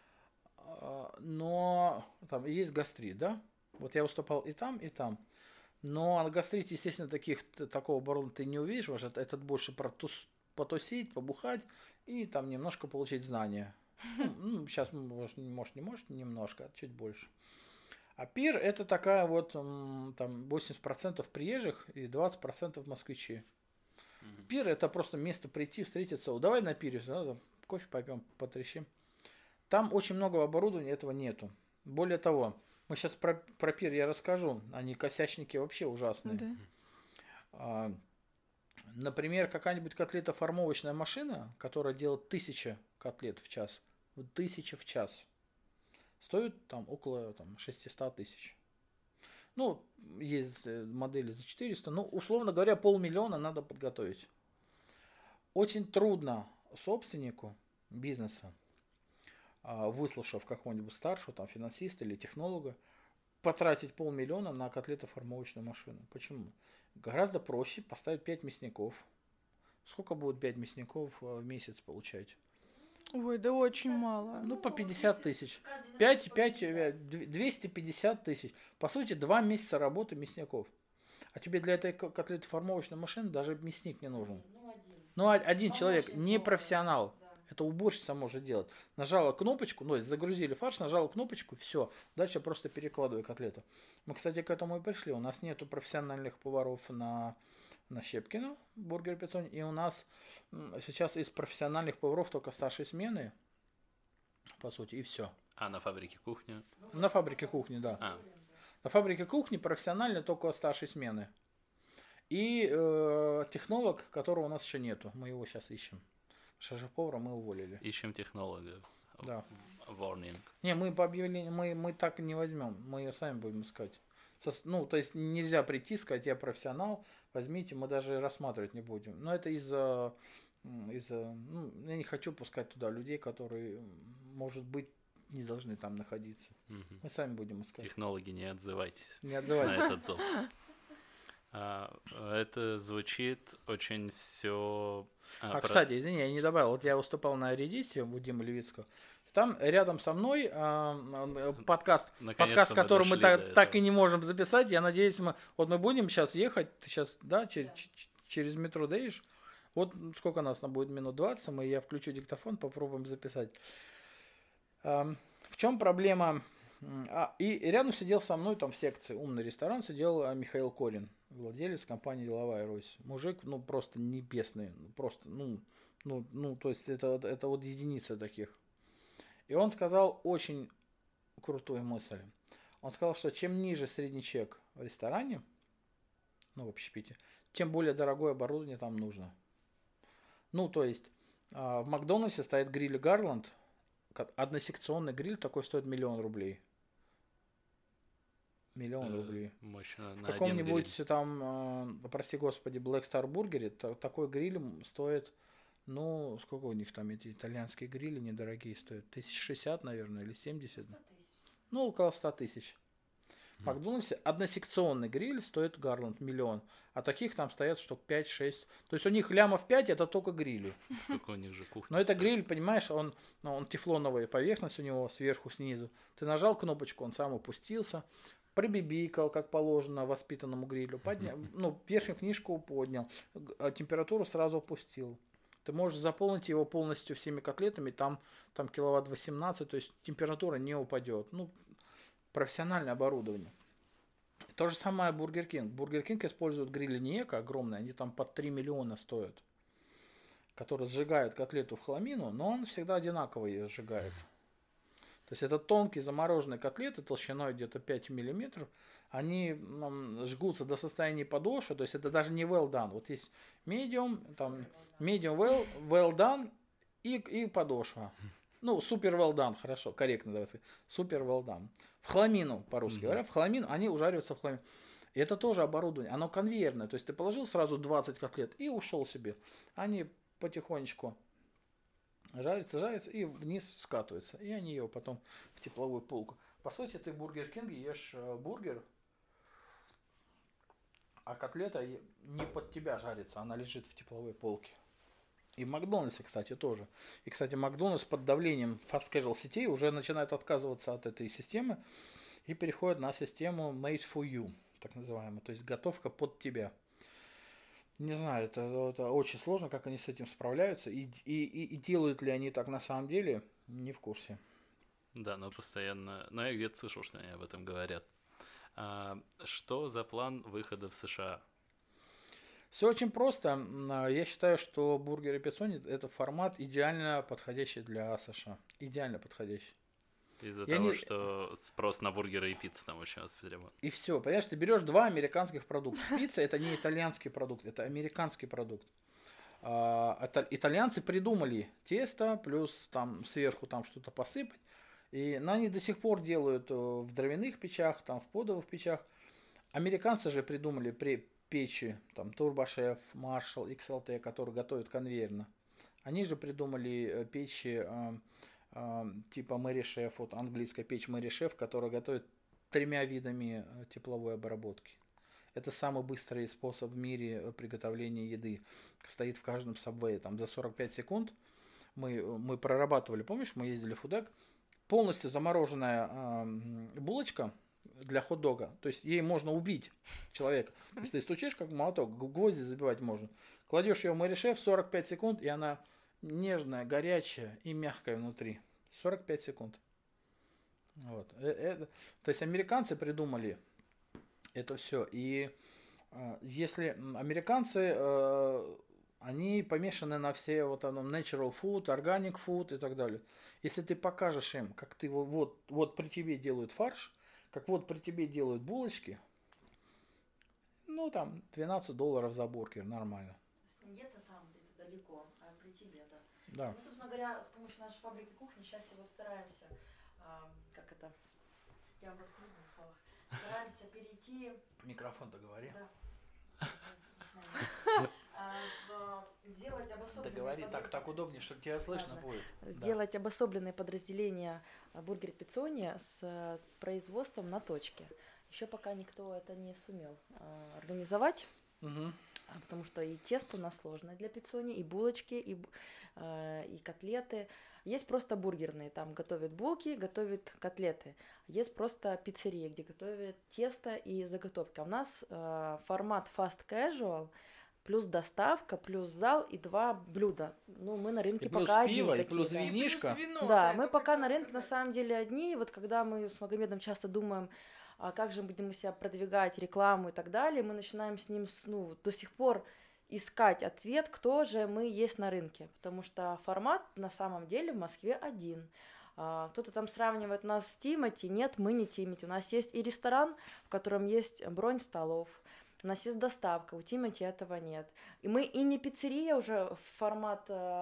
но там есть гастрит, да, вот я выступал и там, и там. Но на гастрите, естественно, такого оборудования ты не увидишь, потому что этот больше потусить, побухать и там немножко получить знания. Сейчас, может, не может, немножко, а чуть больше. А пир это такая вот, там 80% приезжих и 20% москвичи. Пир это просто место прийти, встретиться. Давай на пире, да, кофе попьем, потрещим. Там очень много оборудования, этого нету. Более того, мы сейчас про пир я расскажу. Они косячники вообще ужасные. Да. Например, какая-нибудь котлетоформовочная машина, которая делает 1000 котлет в час. 1000 в час. Стоит там около 600 тысяч. Ну, есть модели за 400. Ну, условно говоря, 500 000 надо подготовить. Очень трудно собственнику бизнеса, выслушав какого-нибудь старшего, там, финансиста или технолога, потратить 500 000 на котлетоформовочную машину. Почему? Гораздо проще поставить 5 мясников. Сколько будет 5 мясников в месяц получать? Ой, да очень мало. Ну, по 50 тысяч. 250 тысяч. По сути, 2 месяца работы мясников. А тебе для этой котлетоформовочной машины даже мясник не нужен. Ну, один человек, не профессионал. Это уборщица может делать. Нажала кнопочку, загрузили фарш, нажала кнопочку, все. Дальше просто перекладываю котлету. Мы, кстати, к этому и пришли. У нас нету профессиональных поваров на Щепкина, бургер Пиццони. И у нас сейчас из профессиональных поваров только старшей смены, по сути, и все. А на фабрике кухни? На фабрике кухни, да. На фабрике кухни профессионально только старшей смены. И технолог, которого у нас еще нету. Мы его сейчас ищем. Шеф-повара мы уволили. Ищем технолога. Да. Warning. Не, мы по объявлению, мы так не возьмем. Мы ее сами будем искать. То есть нельзя прийти, сказать, я профессионал, возьмите, мы даже рассматривать не будем. Но это я не хочу пускать туда людей, которые, может быть, не должны там находиться. Мы сами будем искать. Технологи, не отзывайтесь. Не отзывайтесь. На этот зов. Это звучит очень все. Кстати, извини, я не добавил. Вот я выступал на Редисе у Димы Левицкого. Там рядом со мной подкаст, который мы так и не можем записать. Я надеюсь, мы будем сейчас ехать. Ты сейчас, да, через метро доедешь. Вот сколько нас там будет, минут 20, я включу диктофон, попробуем записать. В чем проблема? И рядом сидел со мной там в секции «Умный ресторан» сидел Михаил Корин, владелец компании «Деловая Русь». Мужик, просто небесный, просто, то есть это вот единица таких. И он сказал очень крутую мысль. Он сказал, что чем ниже средний чек в ресторане, в общепите, тем более дорогое оборудование там нужно. То есть в Макдональдсе стоит гриль Гарланд, односекционный гриль, такой стоит 1 000 000 рублей. 1 000 000 рублей. Мощно. В каком-нибудь там, прости господи, Black Star бургере такой гриль стоит, сколько у них там эти итальянские грили недорогие стоят? 1060, наверное, или 70? 100 000. Около 100 000. В Макдональдсе односекционный гриль стоит Гарланд 1 000 000, а таких там стоят штук 5-6. То есть у них лямов 5 это только грили. Сколько у них же кухня. Но это гриль, понимаешь, он тефлоновая поверхность у него сверху, снизу. Ты нажал кнопочку, он сам опустился, прибибикал, как положено воспитанному грилю, поднял, верхнюю книжку поднял, температуру сразу опустил. Ты можешь заполнить его полностью всеми котлетами, там киловатт 18, то есть температура не упадет. Профессиональное оборудование. То же самое Бургер Кинг. Бургер Кинг использует грили не эко огромные, они там под 3 миллиона стоят, которые сжигают котлету в хламину, но он всегда одинаково ее сжигает. То есть это тонкие замороженные котлеты толщиной где-то 5 миллиметров, они жгутся до состояния подошвы, то есть это даже не well done. Вот есть medium well done и подошва. Ну, супер well done, хорошо, корректно давай сказать. Супер well done. В хламину, по-русски говоря, в хламину, они ужариваются в хламину. И это тоже оборудование, оно конвейерное, то есть ты положил сразу 20 котлет и ушел себе. Они потихонечку жарятся и вниз скатываются. И они ее потом в тепловую полку. По сути, ты в Бургер Кинге ешь бургер, а котлета не под тебя жарится, она лежит в тепловой полке. И в Макдональдсе, кстати, тоже. И, кстати, Макдональдс под давлением fast casual сетей уже начинает отказываться от этой системы и переходит на систему made for you, так называемую, то есть готовка под тебя. Не знаю, это очень сложно, как они с этим справляются, и делают ли они так на самом деле, не в курсе. Да, но постоянно... Но я где-то слышал, что они об этом говорят. Что за план выхода в США? Все очень просто. Я считаю, что бургер и пиццони это формат идеально подходящий для США. Идеально подходящий. Из-за того, что спрос на бургеры и пиццу там очень востребован. И все. Понимаешь, ты берешь два американских продукта. Пицца это не итальянский продукт, это американский продукт. Итальянцы придумали тесто, плюс там сверху там что-то посыпать. И они до сих пор делают в дровяных печах, там в подовых печах. Американцы же придумали печи, там TurboChef, Marshall, XLT, которые готовят конвейерно. Они же придумали печи типа Mary Chef, вот английская печь Mary Chef, которая готовит 3 видами тепловой обработки. Это самый быстрый способ в мире приготовления еды. Стоит в каждом Subway. Там за 45 секунд мы прорабатывали, помнишь, мы ездили в Фудак, полностью замороженная булочка для хот-дога. То есть ей можно убить человека. Если ты стучишь как молоток, гвозди забивать можно. Кладешь ее в Mary Chef 45 секунд, и она нежная, горячая и мягкая внутри. 45 секунд. Вот. То есть американцы придумали это все. И если американцы, они помешаны на все вот natural food, organic food и так далее. Если ты покажешь им, как ты вот при тебе делают фарш, как вот при тебе делают булочки, ну там $12 за бургер, нормально. То есть где-то там, где-то далеко, а при тебе, да. Да. Мы, собственно говоря, с помощью нашей фабрики кухни сейчас вот стараемся, как это, я вам расскажу в двух словах, стараемся перейти... Микрофон-то говори. Да. Сделать обособленные... Да говори, так удобнее, чтобы тебя слышно будет. Сделать обособленные подразделения бургер пиццони с производством на точке. Еще пока никто это не сумел организовать. Угу. Потому что и тесто у нас сложное для пиццони, и булочки, и котлеты. Есть просто бургерные, там готовят булки, готовят котлеты. Есть просто пиццерия, где готовят тесто и заготовки. А у нас формат fast casual, плюс доставка, плюс зал и 2 блюда. Ну, мы на рынке и пока плюс пиво, одни и плюс такие, винишко. И плюс вино, да, мы это пока на хотела рынке на сказать. самом деле одни. Вот когда мы с Магомедом часто думаем, как же будем себя продвигать, рекламу и так далее, мы начинаем с ним до сих пор искать ответ, кто же мы есть на рынке. Потому что формат на самом деле в Москве один. Кто-то там сравнивает нас с Тимати. Нет, мы не Тимати. У нас есть и ресторан, в котором есть бронь столов. У нас есть доставка, у Тимати этого нет. И мы и не пиццерия уже формат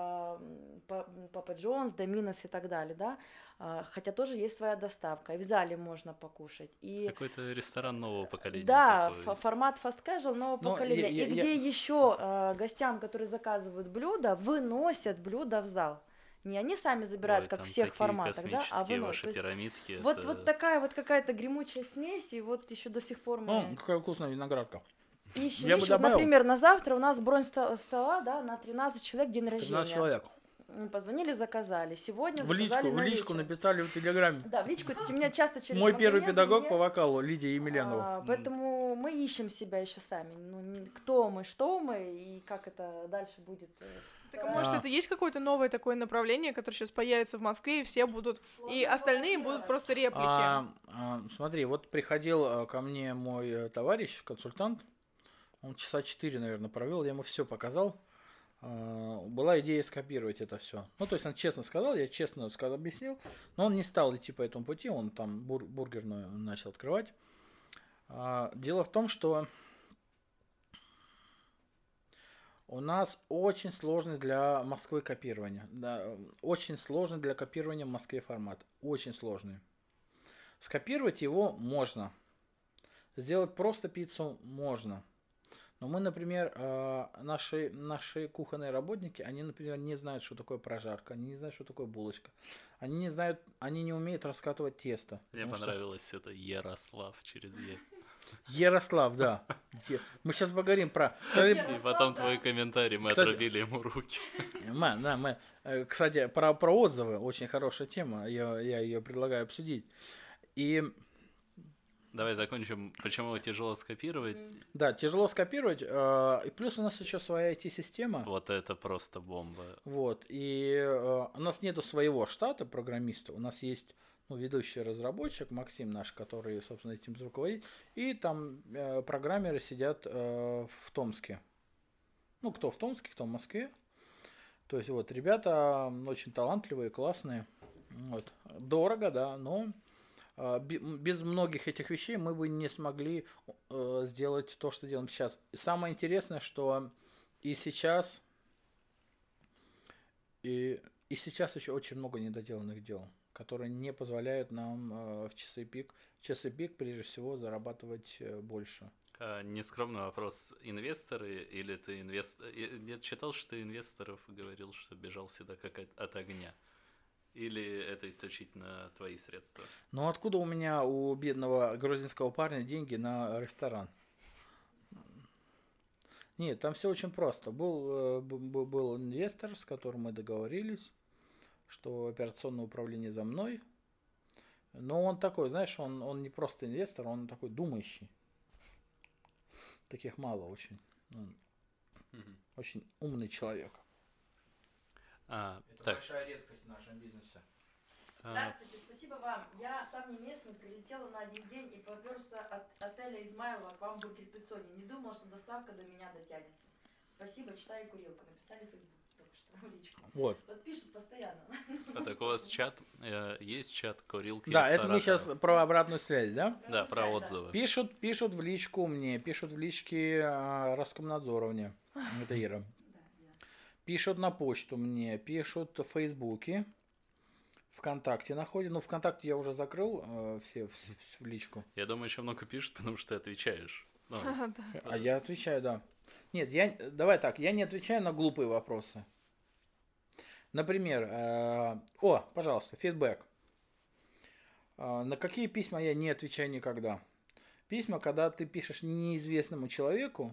Папа Джонс, Доминос и так далее, да, хотя тоже есть своя доставка, и в зале можно покушать. И... Какой-то ресторан нового поколения. Да, такой. формат fast casual нового поколения. И где еще гостям, которые заказывают блюда, выносят блюда в зал. Не они сами забирают, как в всех форматах, да, а выносят. Ваши пирамидки. Вот такая вот какая-то гремучая смесь, и вот еще до сих пор мы... Какая вкусная виноградка. Ищем, Я бы добавил. например, на завтра у нас бронь стола, да, на 13 человек день рождения. 13 человек. Мы позвонили, заказали. Сегодня В заказали личку, на в личку вечер. написали в Телеграме. Да, в личку. У меня часто через Мой первый Магомеда педагог мне, по вокалу, Лидия Емельянова. Поэтому мы ищем себя еще сами. Ну, кто мы, что мы и как это дальше будет. Так а может это есть какое-то новое такое направление, которое сейчас появится в Москве, и все будут, и остальные будут просто реплики? Смотри, вот приходил ко мне мой товарищ, консультант, он часа 4, наверное, провел, я ему все показал. Была идея скопировать это все. Ну, то есть он честно сказал, я честно объяснил, но он не стал идти по этому пути, он там бургерную начал открывать. Дело в том, что У нас очень сложный для Москвы копирование. Да, очень сложный для копирования в Москве формат. Очень сложный. Скопировать его можно. Сделать просто пиццу можно. Но мы, например, наши кухонные работники, они, например, не знают, что такое прожарка, они не знают, что такое булочка. Они не знают, они не умеют раскатывать тесто. Мне понравилось это Ярослав через Е. Ярослав, да. Мы сейчас поговорим про... И потом твой комментарий, мы Кстати, отрубили ему руки. Кстати, про отзывы, очень хорошая тема, я ее предлагаю обсудить. И Давай закончим, почему тяжело скопировать. да, тяжело скопировать, и плюс у нас еще своя IT-система. Вот это просто бомба. Вот, и у нас нету своего штата программистов, у нас есть ведущий разработчик Максим наш, который, собственно, этим руководит, и там программеры сидят в Томске. Ну, кто в Томске, кто в Москве. То есть, вот, ребята очень талантливые, классные. Вот. Дорого, да, но без многих этих вещей мы бы не смогли сделать то, что делаем сейчас. И самое интересное, что и сейчас еще очень много недоделанных дел, которые не позволяют нам в часы пик, прежде всего, зарабатывать больше. Нескромный вопрос. Инвесторы или ты инвестор? Я читал, что ты инвесторов говорил, что бежал сюда как от огня. Или это исключительно твои средства? Ну откуда у меня, у бедного грузинского парня, деньги на ресторан? Нет, там все очень просто. Был инвестор, с которым мы договорились, что операционное управление за мной. Но он такой, знаешь, он не просто инвестор, он такой думающий. Таких мало очень. Очень умный человек. Это так. большая редкость в нашем бизнесе. Здравствуйте, спасибо вам. Я сам не местный, прилетела на один день и поперся от отеля Измайлова к вам в Бургер Пиццоне. Не думала, что доставка до меня дотянется. Спасибо, читаю курилку. Написали в Facebook только что в личку. Вот. Вот пишут постоянно. Так у вас чат, есть чат курилки? Да, это мы сейчас про обратную связь, да? Да, про отзывы. Пишут в личку мне, пишут в личке Роскомнадзоровне. Это Ира. Пишут на почту мне, пишут в Фейсбуке, ВКонтакте находят. Ну, ВКонтакте я уже закрыл все в личку. Я думаю, еще много пишут, потому что ты отвечаешь. А я отвечаю, да. Нет, давай так, я не отвечаю на глупые вопросы. Например, пожалуйста, фидбэк. На какие письма я не отвечаю никогда? Письма, когда ты пишешь неизвестному человеку,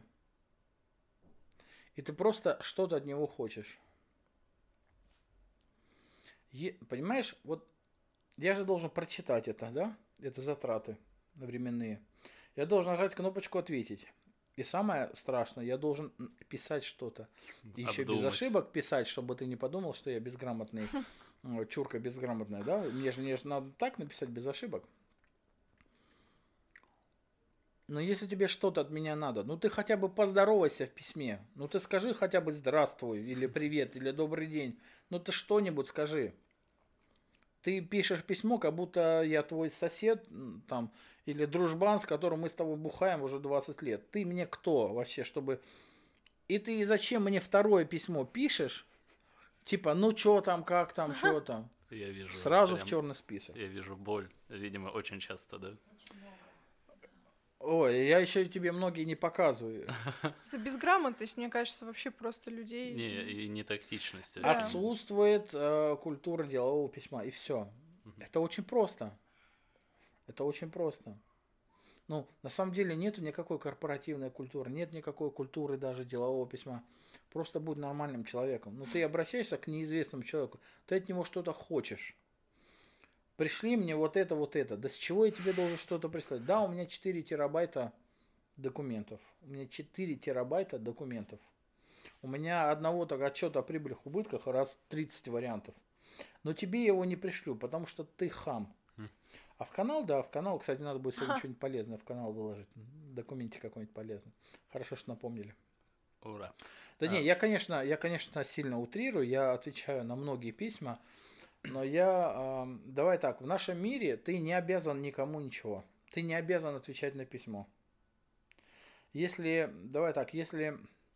и ты просто что-то от него хочешь. Понимаешь, вот я же должен прочитать это, да? Это затраты временные. Я должен нажать кнопочку «Ответить». И самое страшное, я должен писать что-то. И еще без ошибок писать, чтобы ты не подумал, что я безграмотный, чурка безграмотная, да? Мне же надо так написать без ошибок. Но если тебе что-то от меня надо, ну ты хотя бы поздоровайся в письме. Ну ты скажи хотя бы здравствуй, или привет, или добрый день. Ну ты что-нибудь скажи. Ты пишешь письмо, как будто я твой сосед там, или дружбан, с которым мы с тобой бухаем уже 20 лет. Ты мне кто вообще, чтобы... И ты зачем мне второе письмо пишешь? Типа, ну что там, как там, что там? Я вижу. Сразу в черный список. Я вижу боль. Видимо, очень часто, да? Ой, я еще тебе многие не показываю. Это безграмотность, мне кажется, вообще просто людей... Не, и не тактичность. Да. Отсутствует культура делового письма, и все. Это очень просто. Это очень просто. Ну, на самом деле нету никакой корпоративной культуры, нет никакой культуры даже делового письма. Просто будь нормальным человеком. Ну, ты обращаешься к неизвестному человеку, ты от него что-то хочешь. Пришли мне вот это, вот это. Да с чего я тебе должен что-то прислать? Да, у меня 4 терабайта документов. У меня 4 терабайта документов. У меня одного так отчета о прибылях, убытках раз 30 вариантов. Но тебе его не пришлю, потому что ты хам. А в канал, кстати, надо будет сегодня что-нибудь полезное в канал выложить. Документик какой-нибудь полезный. Хорошо, что напомнили. Ура. Да не, я, конечно, сильно утрирую, я отвечаю на многие письма. Но давай так, в нашем мире ты не обязан никому ничего. Ты не обязан отвечать на письмо. Если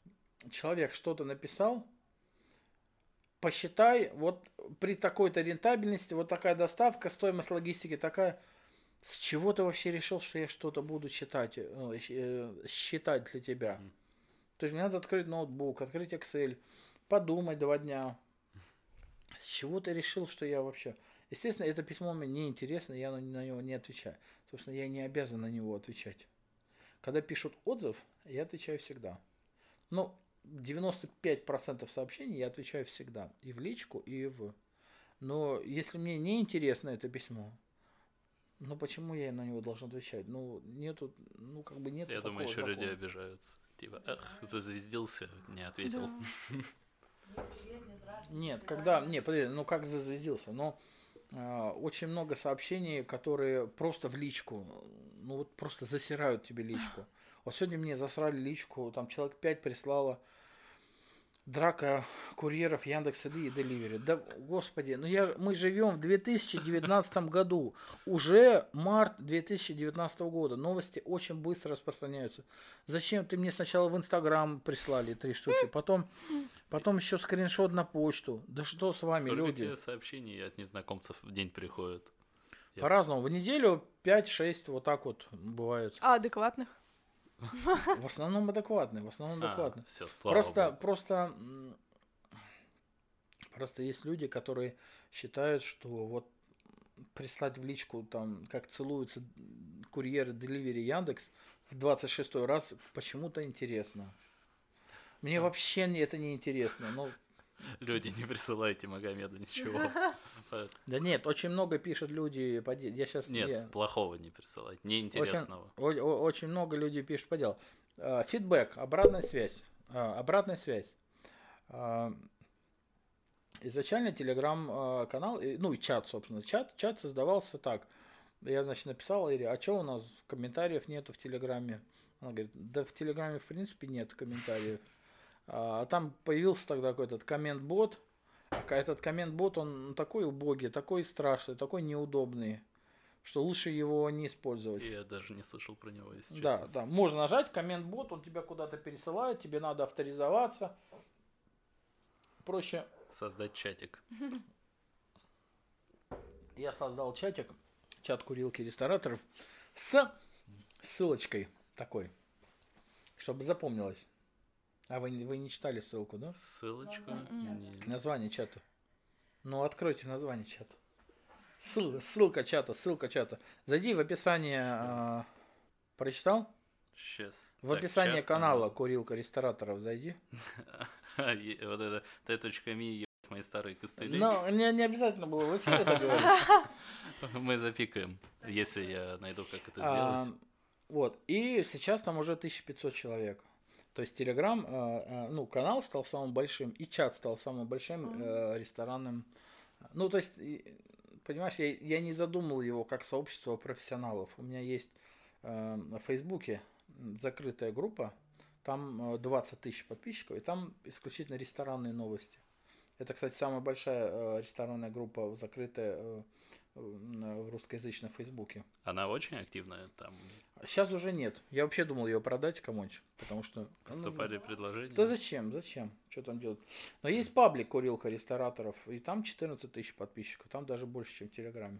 человек что-то написал, посчитай, вот при такой-то рентабельности, вот такая доставка, стоимость логистики такая. С чего ты вообще решил, что я что-то буду считать для тебя? То есть мне надо открыть ноутбук, открыть Excel, подумать 2 дня. С чего ты решил, что я вообще... Естественно, это письмо мне не интересно, я на него не отвечаю. Собственно, я не обязан на него отвечать. Когда пишут отзыв, я отвечаю всегда. Ну, 95% сообщений я отвечаю всегда. И в личку, и в... Но если мне не интересно это письмо, ну почему я на него должен отвечать? Ну, нету, ну как бы нету Я такого думаю, еще закона. люди обижаются. Типа, зазвездился, не ответил. Да. Не привет, не здравствуйте. Нет, до свидания. когда, не, подожди, ну как зазвездился, но очень много сообщений, которые просто в личку, ну вот просто засирают тебе личку. Вот сегодня мне засрали личку, там человек 5 прислало драка курьеров Яндекс.Еды и Delivery. Да, господи, ну мы живем в 2019 году. Уже март 2019 года. Новости очень быстро распространяются. Зачем ты мне сначала в Инстаграм прислали 3 штуки, потом еще скриншот на почту. Да что с вами, Сколько люди? тебе сообщений от незнакомцев в день приходит? По-разному. В неделю 5-6 вот так вот бывает. А адекватных? В основном адекватные, Все, слава богу. Просто есть люди, которые считают, что вот прислать в личку, там, как целуются курьеры Delivery Яндекс в 26-й раз почему-то интересно. Мне вообще это не интересно. Ну, Люди, не присылайте Магомеду ничего. да нет, очень много пишут люди. Я сейчас Нет, плохого не присылать, неинтересного. очень много людей пишут по делу. Фидбэк, обратная связь. Изначально телеграм-канал, ну и чат, собственно. Чат создавался так. Я, значит, написал Ире, а что у нас комментариев нету в Телеграме? Она говорит, да в Телеграме в принципе нет комментариев. А там появился тогда какой-то коммент-бот. А этот коммент-бот, он такой убогий, такой страшный, такой неудобный, что лучше его не использовать. Я даже не слышал про него, если Да, честно. да, можно нажать коммент-бот, он тебя куда-то пересылает, тебе надо авторизоваться. Проще. Создать чатик. Я создал чатик, чат курилки рестораторов, с ссылочкой такой, чтобы запомнилось. А вы не читали ссылку, да? Ссылочку? Название чата. Название чата. Ну, откройте название чата. Ссылка чата. Зайди в описание. Прочитал? Сейчас. В описании канала Курилка рестораторов зайди. Вот это t.me, мои старые костыли. Но не обязательно было в эфире это говорить. Мы запикаем, если я найду, как это сделать. Вот. И сейчас там уже 1500 человек. То есть Телеграм, ну, канал стал самым большим, и чат стал самым большим ресторанным. Ну, то есть, понимаешь, я не задумал его как сообщество профессионалов. У меня есть на Фейсбуке закрытая группа, там 20 тысяч подписчиков, и там исключительно ресторанные новости. Это, кстати, самая большая ресторанная группа, закрытая в русскоязычном Фейсбуке. Она очень активная там? Сейчас уже нет. Я вообще думал ее продать кому-нибудь, потому что... Поступали предложения? Да зачем? Что там делать? Но есть паблик Курилка рестораторов, и там 14 тысяч подписчиков, там даже больше, чем в Телеграме.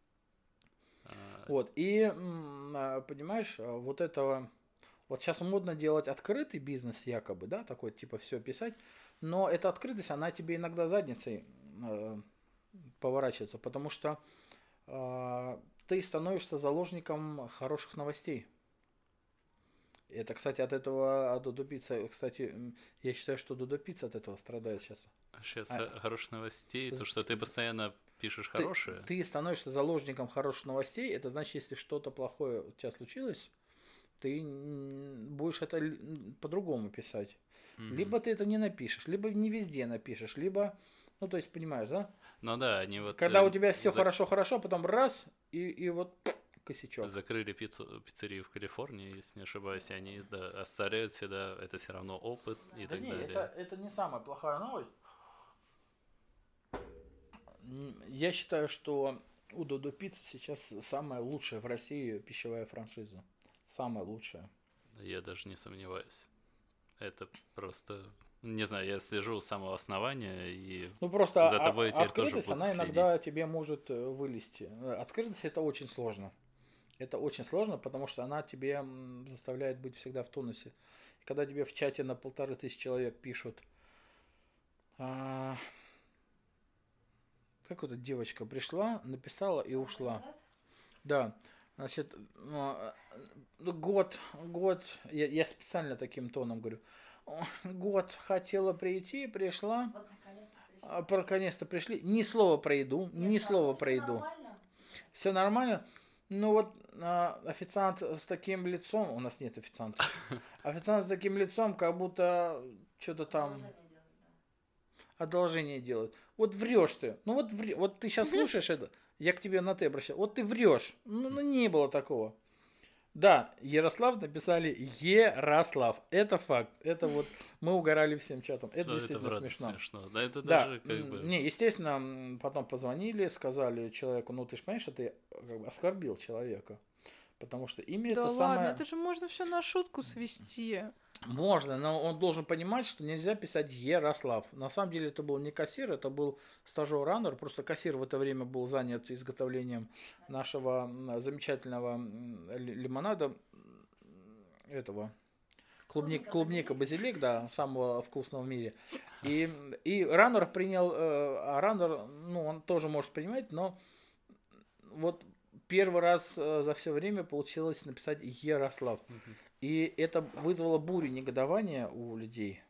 Вот, и, понимаешь, вот этого... Вот сейчас модно делать открытый бизнес якобы, да, такой, типа, все писать, но эта открытость, она тебе иногда задницей поворачивается, потому что ты становишься заложником хороших новостей. Это, кстати, от этого Додо Пицца, кстати, я считаю, что Додо Пицца от этого страдает сейчас. Сейчас хороших новостей, то, что ты постоянно пишешь хорошие. Ты становишься заложником хороших новостей, это значит, если что-то плохое у тебя случилось, ты будешь это по-другому писать. Либо ты это не напишешь, либо не везде напишешь, либо, ну, то есть, понимаешь, да? Ну да, они вот... Когда у тебя все хорошо, потом раз, и вот косячок. Закрыли пиццерию в Калифорнии, если не ошибаюсь, они оставляют всегда, это все равно опыт и так далее. Это не самая плохая новость. Я считаю, что у Додо Пиццы сейчас самая лучшая в России пищевая франшиза. Самая лучшая. Я даже не сомневаюсь. Это просто... Не знаю, я слежу с самого основания, и Ну просто за тобой теперь тоже открытость, буду она иногда следить. тебе может вылезти. Открытость это очень сложно. Это очень сложно, потому что она тебе заставляет быть всегда в тонусе. И когда тебе в чате на 1500 человек пишут, а, как вот эта девочка пришла, написала и ушла. Назад? Да, значит, год, я специально таким тоном говорю, год хотела прийти, пришла, Вот наконец-то пришла. наконец-то пришли, ни слова про еду, Я ни сказала, слова «Ну, про всё еду. нормально?» Все нормально. Ну вот официант с таким лицом, у нас нет официанта, официант с таким лицом, как будто что-то там Продолжение делать, да. одолжение делает. Вот врешь ты. Ну вот, вот ты сейчас слушаешь это, я к тебе на ты обращаюсь. Вот ты врешь. Ну не было такого. Да, Ярослав написали Ярослав. Это факт. Это вот мы угорали всем чатом. Это Ну, это действительно правда смешно. смешно. Да, это Да, даже как бы... не, естественно, потом позвонили, сказали человеку, ну ты же понимаешь, что ты как бы оскорбил человека. Потому что имя Да это ладно, самое... это же можно все на шутку свести. Можно, но он должен понимать, что нельзя писать Ярослав. На самом деле это был не кассир, это был стажер-раннер. Просто кассир в это время был занят изготовлением нашего замечательного лимонада, этого клубника базилик, да, самого вкусного в мире. И раннер принял, а раннер, ну, он тоже может принимать, но вот первый раз за все время получилось написать Ярослав. И это вызвало бурю негодования у людей.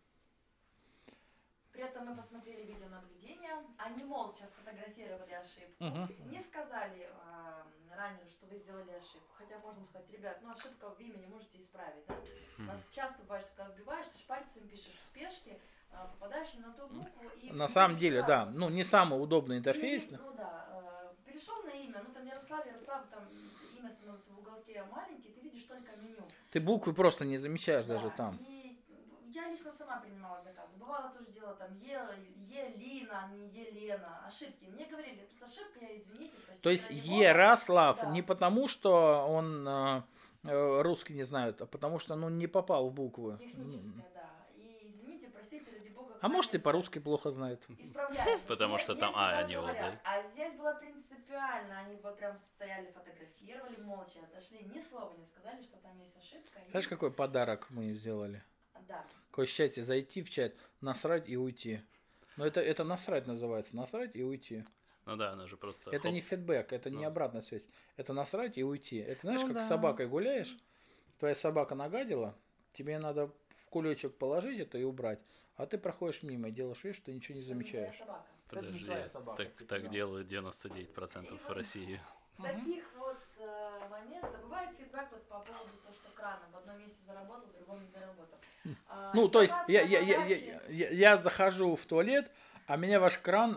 При этом мы посмотрели видеонаблюдение. Они молча сфотографировали ошибку. Мгм. Не сказали раннеру, что вы сделали ошибку. Хотя можно сказать, ребят, ну ошибка в имени можете исправить. Да? У нас часто бывает, что когда вбиваешь, ты же пальцем пишешь в спешке, попадаешь не на ту букву. И На самом видишь деле, сразу. да, ну не самый удобный интерфейс. Или, ну да, перешел на имя, ну там Ярослав, там имя становится в уголке маленький, ты видишь только меню. Ты буквы просто не замечаешь Да, даже там. И я лично сама принимала заказы. Бывало тоже делала там Елина, а не Елена. Ошибки. Мне говорили, тут ошибка, я извините, простите. То есть ради бога. Ярослав Да. не потому, что он русский не знает, а потому что ну, не попал в буквы. Техническая, да. И извините, простите, ради бога. А может и кланяемся, по-русски плохо знает. Исправляем. Потому что Мне там всегда не говорят. отдали. А здесь было принципиально. Они вот прям стояли, фотографировали, молча отошли, ни слова не сказали, что там есть ошибка. И- Знаешь, какой подарок мы им сделали? Да. Какой счастье зайти в чат, насрать и уйти. Но это насрать называется, насрать и уйти. Ну да, она же просто... Это хоп. не фидбэк, это не Ну. обратная связь. Это насрать и уйти. Это знаешь, Ну как да. с собакой гуляешь, твоя собака нагадила, тебе надо в кулечек положить это и убрать, а ты проходишь мимо и делаешь вид, что ничего не Это не твоя замечаешь. собака. Это не Подожди, твоя собака, так, типа, так да. делают 99% в России. Таких вот моментов. Бывает фидбэк вот по поводу того, что кран в одном месте заработал, в другом не заработал. Ну, то есть Информация на даче. я захожу в туалет, а меня ваш кран,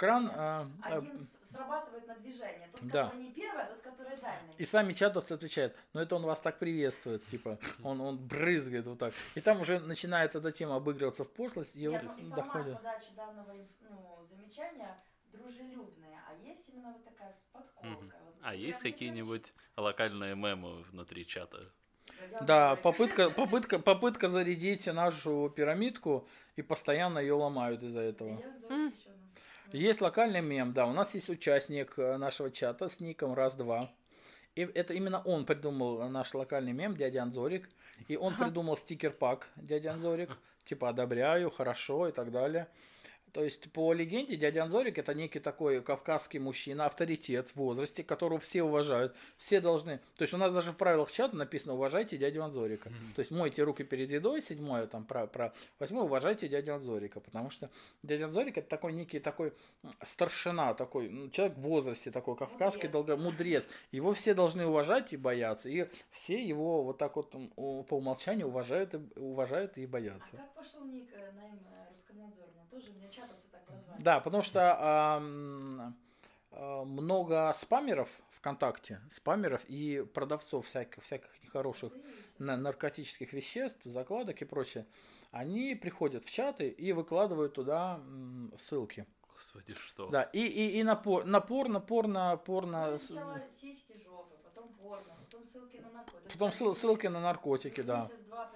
Один срабатывает на движение. Тот, да. который не первый, а тот, который дальний. и сами чатовцы отвечают, ну это он вас так приветствует, типа, он брызгает вот так. И там уже начинает эта тема обыгрываться в пошлость, и Нет, вот ну, и формат доходит. подачи данного замечания дружелюбные, а есть именно вот такая с подколкой. Мгм. Вот, А ты есть прям не какие-нибудь локальные мемы внутри чата? говоришь, Да, «Ягодный попытка зарядить нашу пирамидку, и постоянно ее ломают из-за этого. Ягодный еще у нас. Есть локальный мем, да, у нас есть участник нашего чата с ником раз-два. И это именно он придумал наш локальный мем, дядя Анзорик. И он придумал стикер-пак, дядя Анзорик. Типа одобряю, хорошо и так далее. То есть, по легенде, дядя Анзорик это некий такой кавказский мужчина, авторитет в возрасте, которого все уважают. Все должны... То есть, у нас даже в правилах чата написано «Уважайте дядю Анзорика». То есть, мойте руки перед едой, 7-е, там, про 8-е, уважайте дядю Анзорика. Потому что дядя Анзорик это такой некий такой старшина, такой человек в возрасте, такой кавказский, мудрец. Его все должны уважать и бояться. И все его вот так вот по умолчанию уважают и А боятся. как пошел ник на имя Роскомнадзора? Тоже меня чатовцы так прозвали. Да, потому что много спамеров ВКонтакте, спамеров и продавцов всяких нехороших наркотических веществ, закладок и прочее, они приходят в чаты и выкладывают туда ссылки. Господи, что? Да, и напор. Сначала сиськи, жопы, потом порно, потом ссылки на наркотики. Потом ссылки на наркотики, да. Месяц-два подряд одно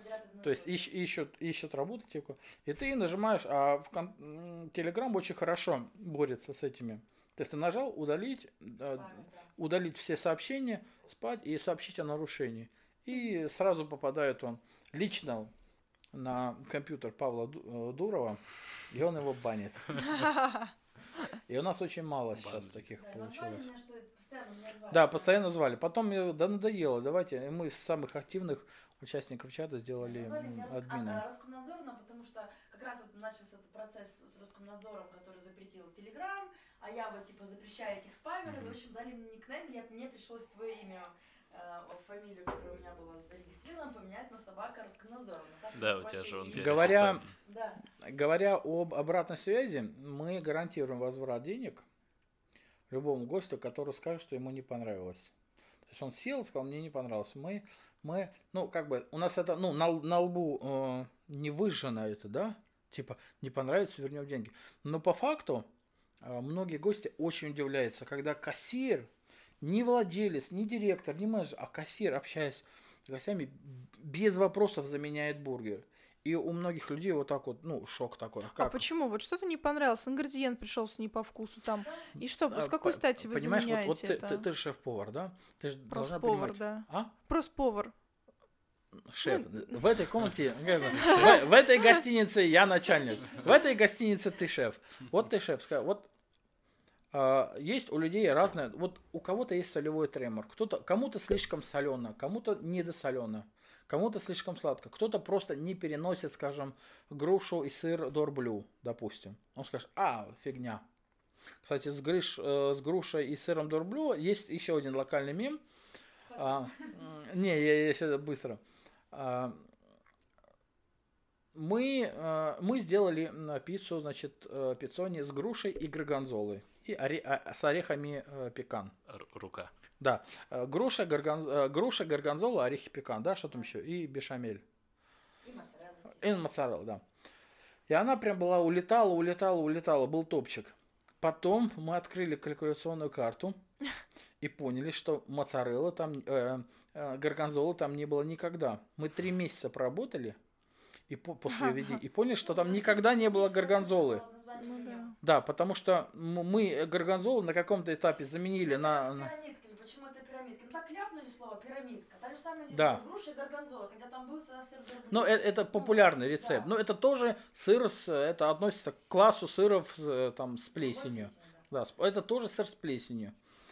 То есть ищут работу, типа, и ты нажимаешь, а Telegram очень хорошо борется с этими. То есть ты нажал удалить, удалить все сообщения, спать и сообщить о нарушении. И сразу попадает он лично на компьютер Павла Дурова, и он его банит. И у нас очень мало сейчас таких получилось. Меня, что постоянно меня звали. Да, постоянно звали. Потом мне надоело. Давайте мы из самых активных участников чата сделали админами. Роскомнадзорно, потому что как раз вот начался этот процесс с Роскомнадзором, который запретил Telegram, а я вот типа запрещаю этих спамеров. В общем, дали мне никнейм, мне пришлось свое имя, фамилию, которая у меня была зарегистрирована, поменять на собака Роскомнадзора. Да, у тебя же он Говоря об обратной связи, мы гарантируем возврат денег любому гостю, который скажет, что ему не понравилось. То есть он сел и сказал, мне не понравилось. Мы, ну, как бы, у нас это, ну, на лбу не выжжено это, да? Типа, не понравится, вернем деньги. Но по факту многие гости очень удивляются, когда кассир, не владелец, не директор, не менеджер, а кассир, общаясь с гостями, без вопросов заменяет бургер. И у многих людей вот так вот, ну, шок такой. А почему? Вот что-то не понравилось, ингредиент пришелся не по вкусу там. И что, с какой стати вы заменяете вот это? Ты же шеф-повар, да? Ты же должна Прос-повар, понимать. да. Прос-повар. Шеф, в этой комнате, в этой гостинице я начальник, в этой гостинице ты шеф. Вот ты шеф, вот есть у людей разное, вот у кого-то есть солевой тремор, кому-то слишком солено, кому-то недосолено, кому-то слишком сладко, кто-то просто не переносит, скажем, грушу и сыр дорблю, допустим. Он скажет, фигня. Кстати, с грушей и сыром дорблю есть еще один локальный мем. Я сейчас быстро. Мы сделали пиццу, значит, пиццони с грушей и горгонзолой. И с орехами пекан. Рука. Да. Груша, горгонзола, орехи пекан, да, что там еще? И бешамель. И моцарелла, да. И она прям была, улетала, был топчик. Потом мы открыли калькуляционную карту и поняли, что моцарелла там, горгонзола там не было никогда. Мы 3 месяца проработали и после введения и поняли, что там никогда не было горгонзолы. Да, потому что мы горгонзолу на каком-то этапе заменили на... Почему это пирамидка? Ну так ляпнули слово пирамидка. Так же самое здесь да. с грушей и горгонзола, хотя там был сыр дорблю. Но это популярный рецепт. Да. Но это тоже сыр, это относится к классу сыров там, с плесенью. Да, это тоже сыр с плесенью.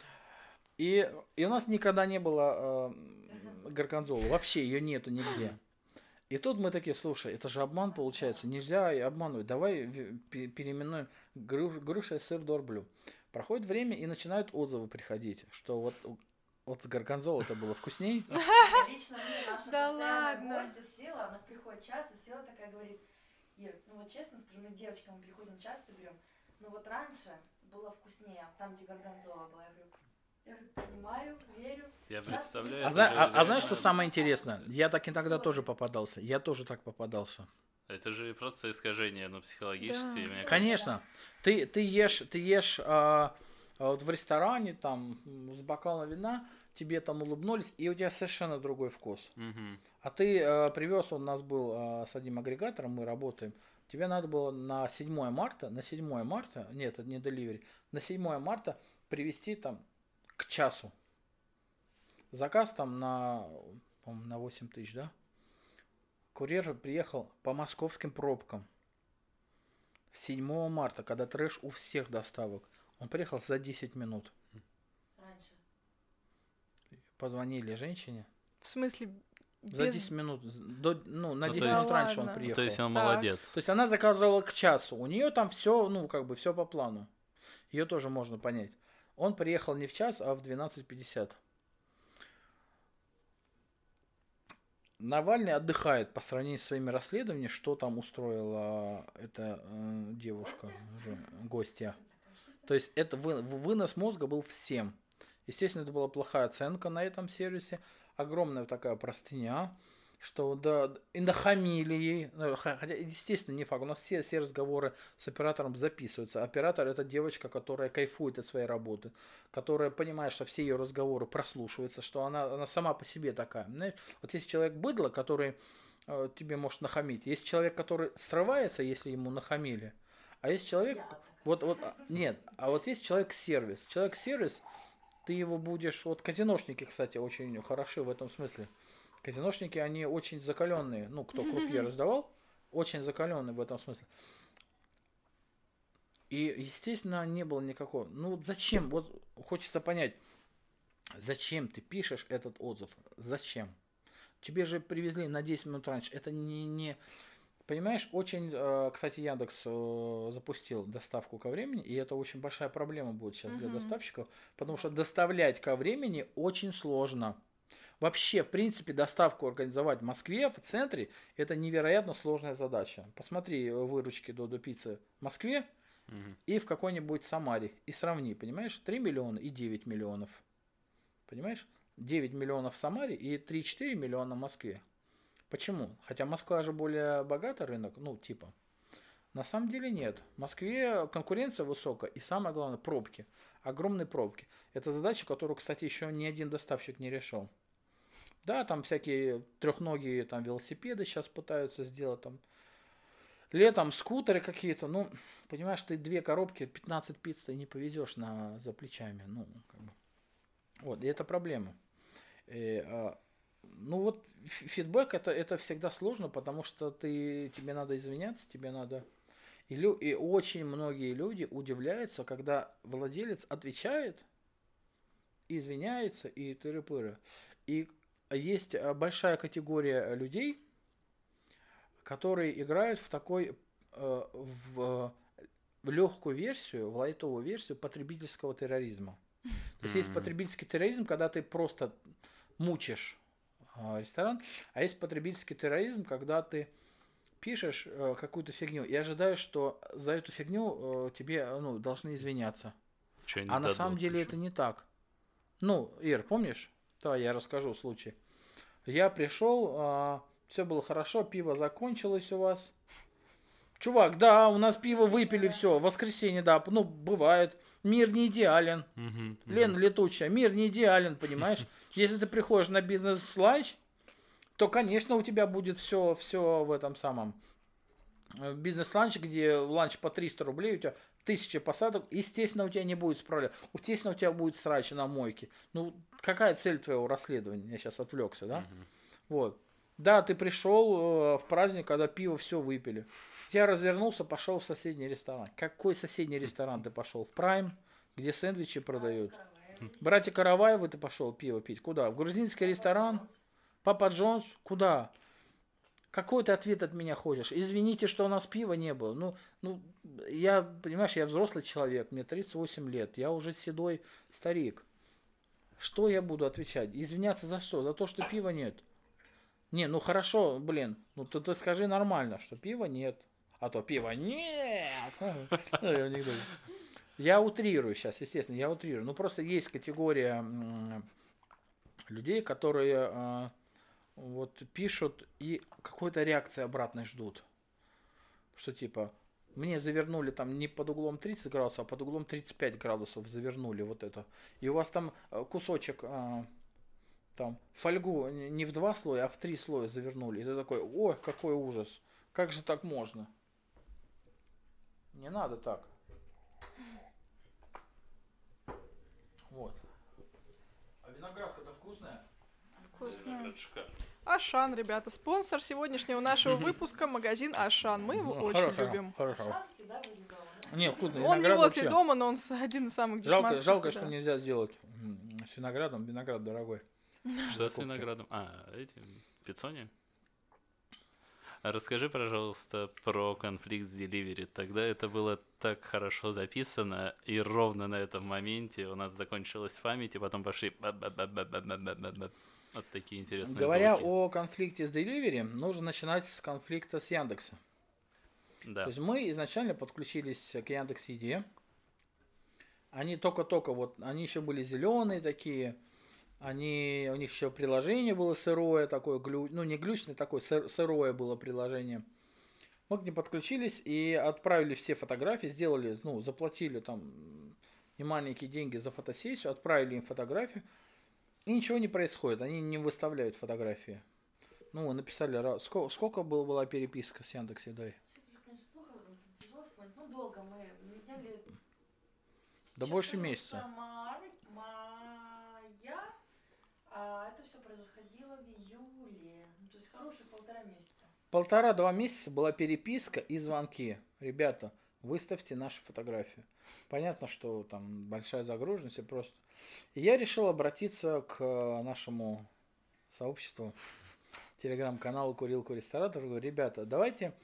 И у нас никогда не было горгонзолы. Вообще ее нету нигде. И тут мы такие, слушай, это же обман получается. Нельзя обманывать. Давай переименуем груша и сыр дорблю. Проходит время и начинают отзывы приходить, что вот с горгонзолой это было вкусней. Лично мне наша постоянная гостья села, она приходит часто, села такая, говорит, Ир, ну вот честно скажу, мы с девочками приходим часто, говорим, ну вот раньше было вкуснее, там где горгонзола была, я говорю, понимаю, верю. Я представляю. А знаешь, что самое интересное? Я так иногда тоже попадался. Я тоже так попадался. Это же просто искажение, психологические. Да. Конечно. Ты ешь вот в ресторане там с бокалом вина, тебе там улыбнулись, и у тебя совершенно другой вкус. Угу. А ты привез, у нас был с одним агрегатором, мы работаем, тебе надо было на 7 марта, нет, это не деливери, на 7 марта привезти там к часу. Заказ там по-моему, на 8 тысяч, да? Курьер приехал по московским пробкам. 7 марта, когда трэш у всех доставок. Он приехал за 10 минут. Раньше. Позвонили женщине. В смысле? За 10 минут. На 10 минут раньше он приехал. То есть он молодец. То есть она заказывала к часу. У нее там все, все по плану. Ее тоже можно понять. Он приехал не в час, а в 12:50. Навальный отдыхает по сравнению с своими расследованиями, что там устроила эта девушка, гостья. То есть это вынос мозга был всем. Естественно, это была плохая оценка на этом сервисе. Огромная такая простыня. что да, и нахамили ей. Ну, хотя, естественно, не факт. У нас все разговоры с оператором записываются. Оператор это девочка, которая кайфует от своей работы, которая понимает, что все ее разговоры прослушиваются, что она сама по себе такая. Знаешь? Вот есть человек быдло, который тебе может нахамить. Есть человек, который срывается, если ему нахамили. А есть человек, нет, а вот есть человек-сервис. Человек-сервис, ты его будешь, вот казиношники, кстати, очень хороши в этом смысле. Казиношники, они очень закаленные. Ну, кто крупье раздавал, очень закаленные в этом смысле. И, естественно, не было никакого. Ну, зачем? Вот хочется понять, зачем ты пишешь этот отзыв? Зачем? Тебе же привезли на 10 минут раньше. Это не... Понимаешь, очень, кстати, Яндекс запустил доставку ко времени, и это очень большая проблема будет сейчас для доставщиков, потому что доставлять ко времени очень сложно. Вообще, в принципе, доставку организовать в Москве, в центре, это невероятно сложная задача. Посмотри выручки Додо Пиццы в Москве и в какой-нибудь Самаре. И сравни, понимаешь? 3 миллиона и 9 миллионов. Понимаешь? 9 миллионов в Самаре и 3-4 миллиона в Москве. Почему? Хотя Москва же более богатый рынок, ну, типа. На самом деле нет. В Москве конкуренция высокая и самое главное пробки. Огромные пробки. Это задача, которую, кстати, еще ни один доставщик не решил. Да, там всякие трехногие там велосипеды сейчас пытаются сделать там. Летом скутеры какие-то, ну, понимаешь, ты 2 коробки, 15 пиц ты не повезешь за плечами. Ну, как бы. Вот, и это проблема. Ну вот фидбэк это всегда сложно, потому что тебе надо извиняться, тебе надо... И очень многие люди удивляются, когда владелец отвечает, извиняется и тыры-пыры. И есть большая категория людей, которые играют в такой, в легкую версию, в лайтовую версию потребительского терроризма. То есть есть потребительский терроризм, когда ты просто мучишь ресторан, а есть потребительский терроризм, когда ты пишешь какую-то фигню и ожидаешь, что за эту фигню тебе должны извиняться. А на самом деле это не так. Ну, Ир, помнишь? Давай я расскажу случай. Я пришел, все было хорошо, пиво закончилось у вас. Чувак, да, у нас пиво выпили, все, воскресенье, да, ну, бывает. Мир не идеален. Лена летучая, мир не идеален, понимаешь? Если ты приходишь на бизнес-ланч, то, конечно, у тебя будет все в этом самом бизнес-ланч, где ланч по 300 рублей, у тебя 1000 посадок, естественно, у тебя не будет справляться. Естественно, у тебя будет срач на мойке. Ну, какая цель твоего расследования? Я сейчас отвлекся, да? Вот. Да, ты пришел в праздник, когда пиво все выпили. Я развернулся, пошел в соседний ресторан. Какой соседний ресторан ты пошел? В Прайм, где сэндвичи продают. Братья Караваевы ты пошел пиво пить. Куда? В грузинский ресторан? Папа Джонс? Куда? Какой ты ответ от меня хочешь? Извините, что у нас пива не было. Ну, я, понимаешь, я взрослый человек, мне 38 лет, я уже седой старик. Что я буду отвечать? Извиняться за что? За то, что пива нет? Не, ну хорошо, блин, ну ты скажи нормально, что пива нет. А то пива нет. Я утрирую сейчас, естественно, я утрирую. Ну просто есть категория людей, которые вот пишут и какой-то реакции обратной ждут. Что типа, мне завернули там не под углом 30 градусов, а под углом 35 градусов завернули вот это. И у вас там кусочек, там, фольгу не в 2 слоя, а в 3 слоя завернули. И ты такой, ой, какой ужас. Как же так можно? Не надо так. Вот. А виноградка-то вкусная? Вкусная. Ашан, ребята, спонсор сегодняшнего нашего выпуска, магазин Ашан. Мы его очень любим. Хорошо. Не, вкусный Он виноград не возле вообще. дома, но он один из самых дешманских. Жалко, что нельзя сделать с виноградом. Виноград дорогой. Что с виноградом? Эти пиццони? Расскажи, пожалуйста, про конфликт с Delivery. Тогда это было так хорошо записано, и ровно на этом моменте у нас закончилась память, и потом пошли вот такие интересные Говоря звуки. о конфликте с Delivery, нужно начинать с конфликта с Яндексом. Да. То есть мы изначально подключились к Яндекс.Еде. Они только-только, вот, они еще были зеленые такие. у них еще приложение было сырое, такое, не глючное, такое сырое было приложение. Мы к ним подключились и отправили все фотографии, сделали, заплатили там немаленькие деньги за фотосессию, отправили им фотографию, и ничего не происходит, они не выставляют фотографии. Написали, сколько была переписка с Яндекс.Едой? Сейчас, конечно, плохо, тяжело вспомнить. Долго мы недели... Да больше месяца. Мая, а это все происходило в июле. То есть хорошие 1,5 месяца. 1,5-2 месяца была переписка и звонки. Ребята, выставьте наши фотографии. Понятно, что там большая загруженность и просто. И я решил обратиться к нашему сообществу, телеграм-каналу Курилку Ресторатор. Говорю, ребята, давайте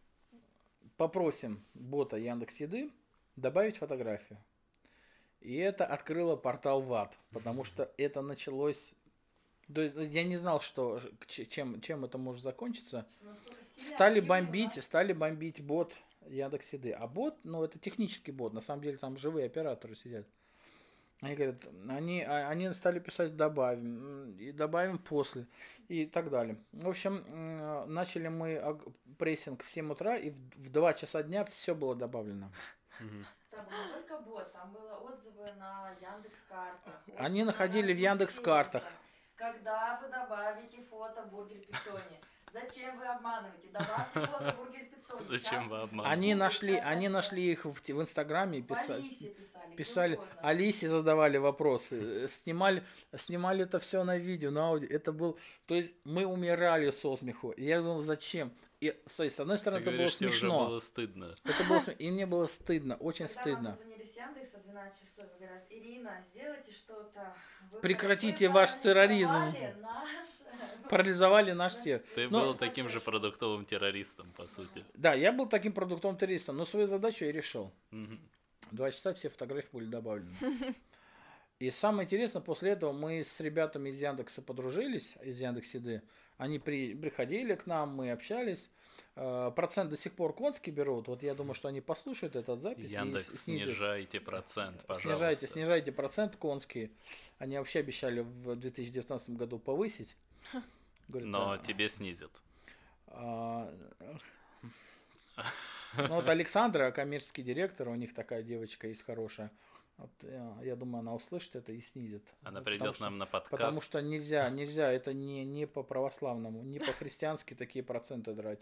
попросим бота Яндекс.Еды добавить фотографию. И это открыло портал в ад, потому что это началось... То есть я не знал, чем это может закончиться. Стали бомбить бот Яндекс.Еды. А бот, это технический бот, на самом деле там живые операторы сидят. Они говорят, они стали писать добавим после и так далее. В общем, начали мы прессинг в 7 утра, и в 2 часа дня все было добавлено. Там был не только бот, там были отзывы на Яндекс.Картах. Они находили в Яндекс.Картах. Когда вы добавите фото Бургер Пиццони? Зачем вы обманываете? Добавьте фото Бургер Пиццони. Зачем вы обманываете? Они нашли их в Инстаграме и писали. Алисе задавали вопросы, снимали это все на видео, на аудио. Это был, то есть мы умирали со смеху. И я думал, зачем? И с одной стороны, это было смешно. Уже было стыдно. И мне было стыдно, очень стыдно. Когда нам позвонили с Яндекса в 12 часов и говорят, Ирина, сделайте что-то. Прекратите ваш терроризм. Парализовали наш сервис. Ты был таким же продуктовым террористом, по сути. Да, я был таким продуктовым террористом, но свою задачу я решил. 2 часа все фотографии были добавлены. И самое интересное, после этого мы с ребятами из Яндекса подружились, из Яндекс.Еды. Они приходили к нам, мы общались. Процент до сих пор конский берут. Вот я думаю, что они послушают этот запись. Яндекс, снижайте процент, пожалуйста. Снижайте процент конский. Они вообще обещали в 2019 году повысить. Говорят, но тебе снизят. Вот Александра, коммерческий директор, у них такая девочка есть хорошая. Вот, я думаю, она услышит это и снизит. Она придет нам на подкаст. Потому что нельзя, это не по православному, не по-христиански такие проценты драть.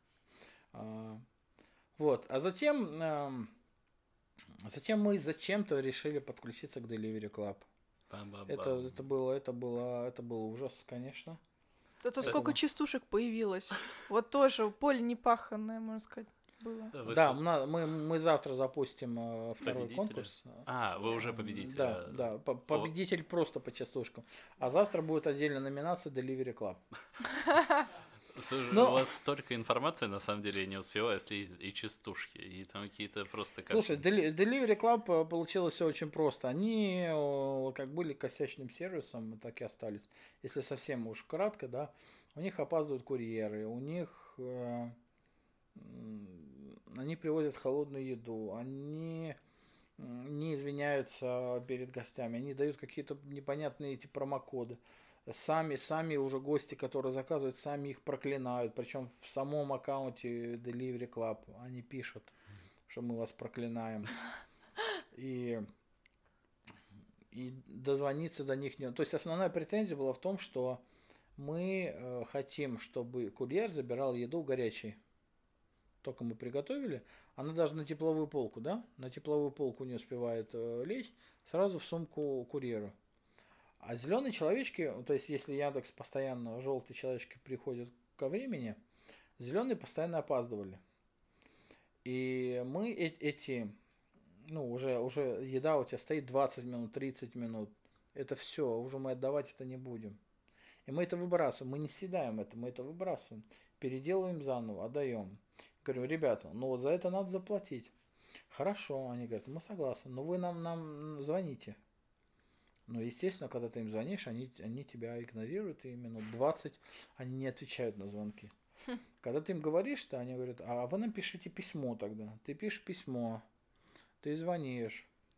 Вот, а затем мы зачем-то решили подключиться к Delivery Club. Это было ужас, конечно. Это сколько частушек появилось. Вот тоже поле непаханное, можно сказать. Было. Да, мы завтра запустим второй конкурс. Вы уже победитель. Да, победитель просто по частушкам. А завтра будет отдельная номинация Delivery Club. Слушай, у вас столько информации, на самом деле, я не успеваю, если и частушки, и там какие-то просто... Слушай, с Delivery Club получилось все очень просто. Они как были косячным сервисом, так и остались. Если совсем уж кратко, да, у них опаздывают курьеры, у них... Они привозят холодную еду, они не извиняются перед гостями, они дают какие-то непонятные эти промокоды. Сами уже гости, которые заказывают, сами их проклинают. Причем в самом аккаунте Delivery Club они пишут, что мы вас проклинаем. И дозвониться до них не... То есть основная претензия была в том, что мы хотим, чтобы курьер забирал еду горячей. Только мы приготовили, она даже на тепловую полку, да? На тепловую полку не успевает лечь, сразу в сумку курьеру. А зеленые человечки, то есть если Яндекс постоянно, желтые человечки приходят ко времени, зеленые постоянно опаздывали. И мы уже еда у тебя стоит 20 минут, 30 минут. Это все, уже мы отдавать это не будем. И мы это выбрасываем, мы не съедаем это, мы это выбрасываем. Переделываем заново, отдаем. Говорю, ребята, вот за это надо заплатить. Хорошо, они говорят, мы согласны, но вы нам звоните. Естественно, когда ты им звонишь, они тебя игнорируют, и минут 20 они не отвечают на звонки. Когда ты им говоришь, то они говорят, а вы нам пишите письмо тогда. Ты пишешь письмо, ты звонишь,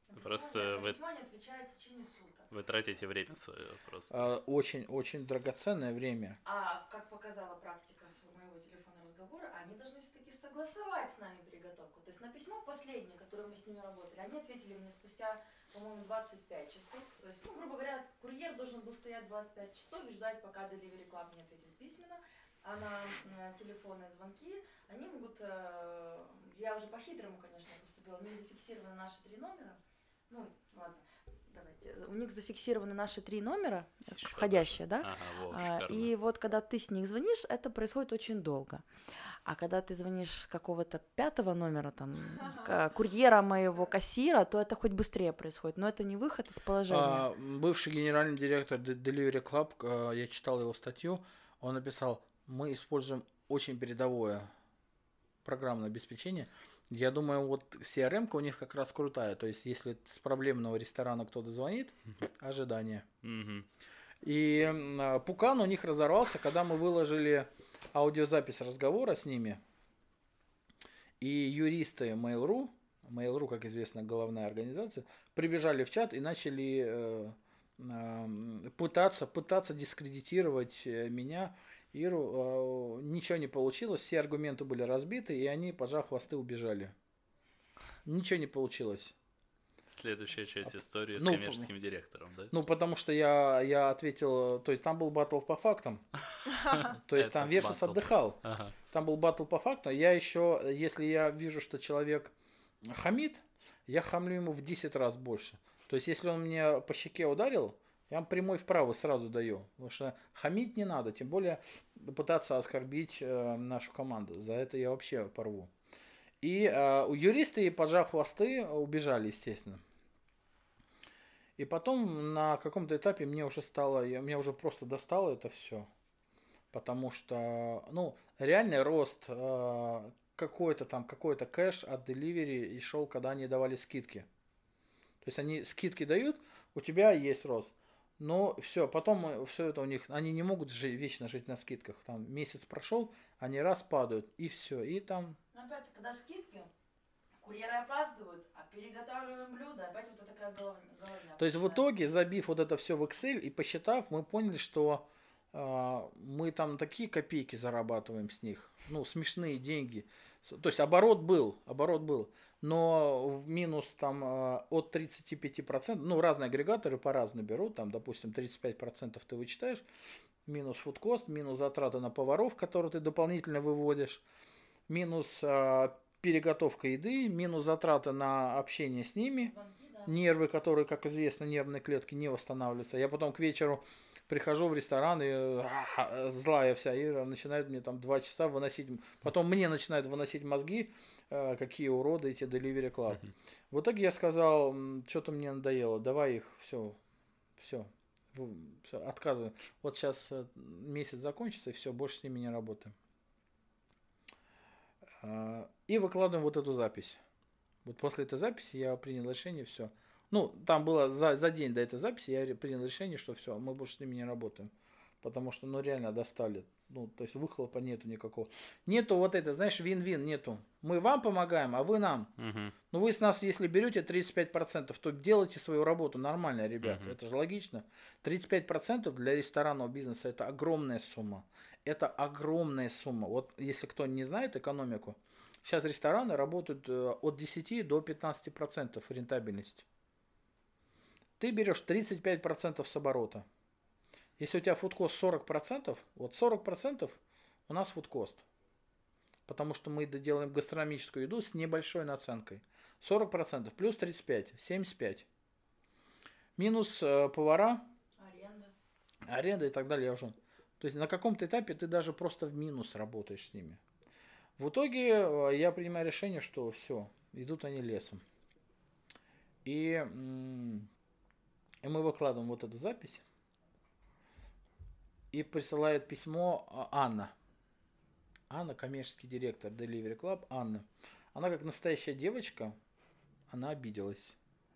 Просто На письмо не отвечает в течение суток. вы тратите время свое просто. Очень драгоценное время. А как показала практика моего телефонного разговора, они должны все-таки согласовать с нами переготовку. То есть на письмо последнее, которое мы с ними работали, они ответили мне спустя, по-моему, 25 часов. То есть, грубо говоря, курьер должен был стоять 25 часов и ждать, пока Delivery Club не ответит письменно. А на телефонные звонки они могут, я уже по-хитрому, конечно, поступила, у них зафиксированы наши 3 номера. Ну, ладно, давайте. У них зафиксированы наши 3 номера, входящие, да? Ага, во, шикарно. И вот когда ты с них звонишь, это происходит очень долго. А когда ты звонишь с какого-то 5-го номера, там, курьера моего, кассира, то это хоть быстрее происходит. Но это не выход из положения. Бывший генеральный директор Delivery Club, я читал его статью, он написал: мы используем очень передовое программное обеспечение. Я думаю, вот CRM-ка у них как раз крутая. То есть, если с проблемного ресторана кто-то звонит, ожидание. И пукан у них разорвался, когда мы выложили аудиозапись разговора с ними. И юристы Mail.ru, как известно, головная организация, прибежали в чат и начали пытаться дискредитировать меня, Иру. Ничего не получилось, все аргументы были разбиты, и они, пожав хвосты, убежали. Ничего не получилось. Следующая часть истории с коммерческим директором, да? Ну, потому что я ответил, то есть там был баттл по фактам. То есть там Версус отдыхал. Там был баттл по фактам. Я еще, если я вижу, что человек хамит, я хамлю ему в 10 раз больше. То есть если он меня по щеке ударил, я ему прямой вправо сразу даю. Потому что хамить не надо, тем более пытаться оскорбить нашу команду. За это я вообще порву. И юристы, пожав хвосты, убежали, естественно. И потом на каком-то этапе меня уже просто достало это все. Потому что, реальный рост какой-то кэш от Delivery и шел, когда они давали скидки. То есть они скидки дают, у тебя есть рост. Но все, потом все это у них, они не могут вечно жить на скидках. Там месяц прошел, они раз падают, и все. И там... Но опять, когда скидки, курьеры опаздывают, а переготавливаем блюда, опять вот такая головня. То есть в итоге, забив вот это все в Excel и посчитав, мы поняли, что мы там такие копейки зарабатываем с них. Смешные деньги. То есть оборот был. Но в минус там от 35%, разные агрегаторы по-разному берут, там, допустим, 35% ты вычитаешь, минус фудкост, минус затраты на поваров, которые ты дополнительно выводишь, минус переготовка еды, минус затраты на общение с ними, Звонки, да. Нервы, которые, как известно, нервные клетки не восстанавливаются. Я потом к вечеру прихожу в ресторан, и злая вся Ира начинает мне там 2 часа выносить, потом мне начинают выносить мозги, какие уроды эти Delivery Club. В итоге я сказал, что-то мне надоело, давай их, все, отказываю. Вот сейчас месяц закончится, и все, больше с ними не работаем. И выкладываем вот эту запись. Вот после этой записи я принял решение, все. Там было за день до этой записи, я принял решение, что все, мы больше с ними не работаем. Потому что, реально достали. То есть выхлопа нету никакого. Нету вот это, знаешь, вин-вин нету. Мы вам помогаем, а вы нам. Вы с нас, если берете 35%, то делайте свою работу нормально, ребят. Это же логично. 35% для ресторанного бизнеса это огромная сумма. Это огромная сумма. Вот если кто не знает экономику, сейчас рестораны работают от 10 до 15% рентабельности. Ты берешь 35% с оборота. Если у тебя фудкост 40%, вот 40% у нас фудкост. Потому что мы делаем гастрономическую еду с небольшой наценкой. 40% плюс 35, 75. Минус повара, аренда и так далее. То есть на каком-то этапе ты даже просто в минус работаешь с ними. В итоге я принимаю решение, что все, идут они лесом. И мы выкладываем вот эту запись. И присылает письмо Анна. Анна, коммерческий директор Delivery Club, Анна. Она как настоящая девочка, она обиделась.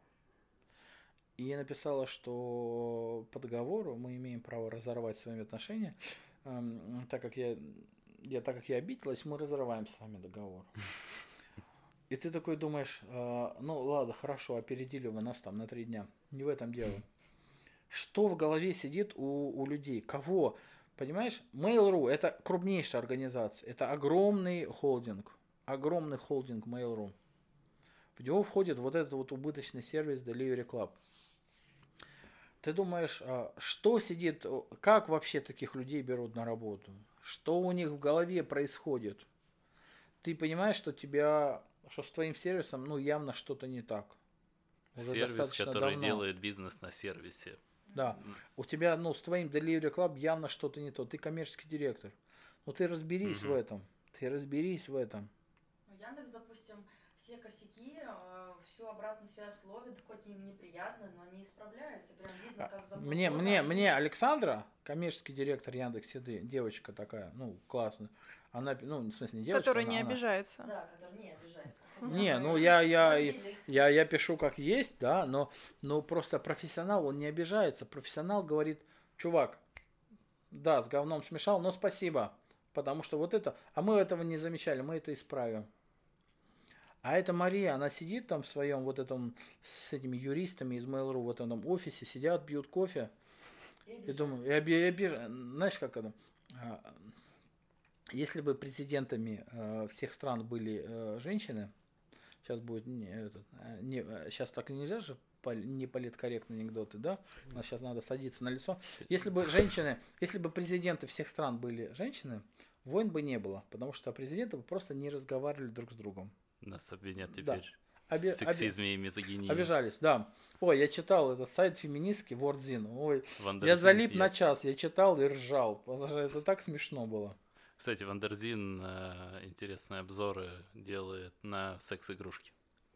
И написала, что по договору мы имеем право разорвать с вами отношения. Так как я обиделась, мы разрываем с вами договор. И ты такой думаешь, ну ладно, хорошо, опередили вы нас там на 3 дня. Не в этом дело. Что в голове сидит у людей? Кого? Понимаешь, Mail.ru это крупнейшая организация. Это огромный холдинг. Огромный холдинг Mail.ru. В него входит вот этот вот убыточный сервис Delivery Club. Ты думаешь, что сидит, как вообще таких людей берут на работу? Что у них в голове происходит? Ты понимаешь, что с твоим сервисом, ну, явно что-то не так. Уже Сервис, достаточно который давно. делает бизнес на сервисе. Да. У тебя, ну, с твоим Delivery Club явно что-то не то. Ты коммерческий директор. Ну, ты разберись в этом. Ты разберись в этом. Яндекс, допустим, все косяки, всю обратную связь ловит, хоть им неприятно, но они исправляются. Прям видно, как за Мне Александра, коммерческий директор Яндекс.Еды, девочка такая, ну, классная. Она, ну, в смысле, не девочка. Которая не обижается. Да, которая не обижается. Не, ну я пишу как есть, да, но просто профессионал, он не обижается. Профессионал говорит, чувак, да, с говном смешал, но спасибо. Потому что вот это, а мы этого не замечали, мы это исправим. А эта Мария, она сидит там в своем вот этом, с этими юристами из Mail.ru в этом офисе, сидят, пьют кофе. И думаю, знаешь, как это? Если бы президентами всех стран были женщины, сейчас будет сейчас так нельзя же, не политкорректные анекдоты, да? Сейчас надо садиться на лицо. Если бы президенты всех стран были женщины, войн бы не было, потому что президенты бы просто не разговаривали друг с другом. Нас обвинят теперь Да. в сексизме и мизогинии. Обижались, да. Ой, я читал этот сайт феминистский Wordзин. Ой, Вандерзин я залип пьет. на час, я читал и ржал, потому что это так смешно было. Кстати, Вандерзин интересные обзоры делает на секс-игрушки.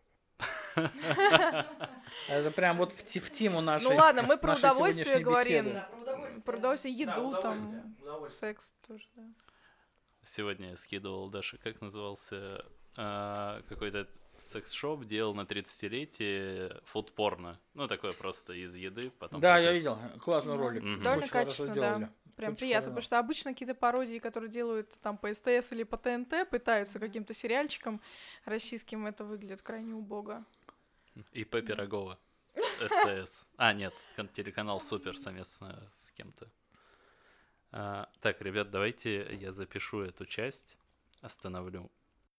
Это прям вот в тему нашей. Ну ладно, мы про нашей удовольствие сегодняшней говорим. беседы. Да, про удовольствие. Про удовольствие, еду, Да, там, удовольствие. секс тоже, да. Сегодня я скидывал Даше, как назывался, какой-то секс-шоп, делал на 30-летие фуд-порно. Ну, такое просто из еды. Потом Да, какой- я видел. Классный Ну, ролик. довольно Очень хорошо качественно, сделали. да. Прям Очень приятно, хорошо. потому что обычно какие-то пародии, которые делают там по СТС или по ТНТ, пытаются каким-то сериальчиком российским, это выглядит крайне убого. ИП Пирогова. СТС. А, нет, телеканал Супер совместно с кем-то. Так, ребят, давайте я запишу эту часть, остановлю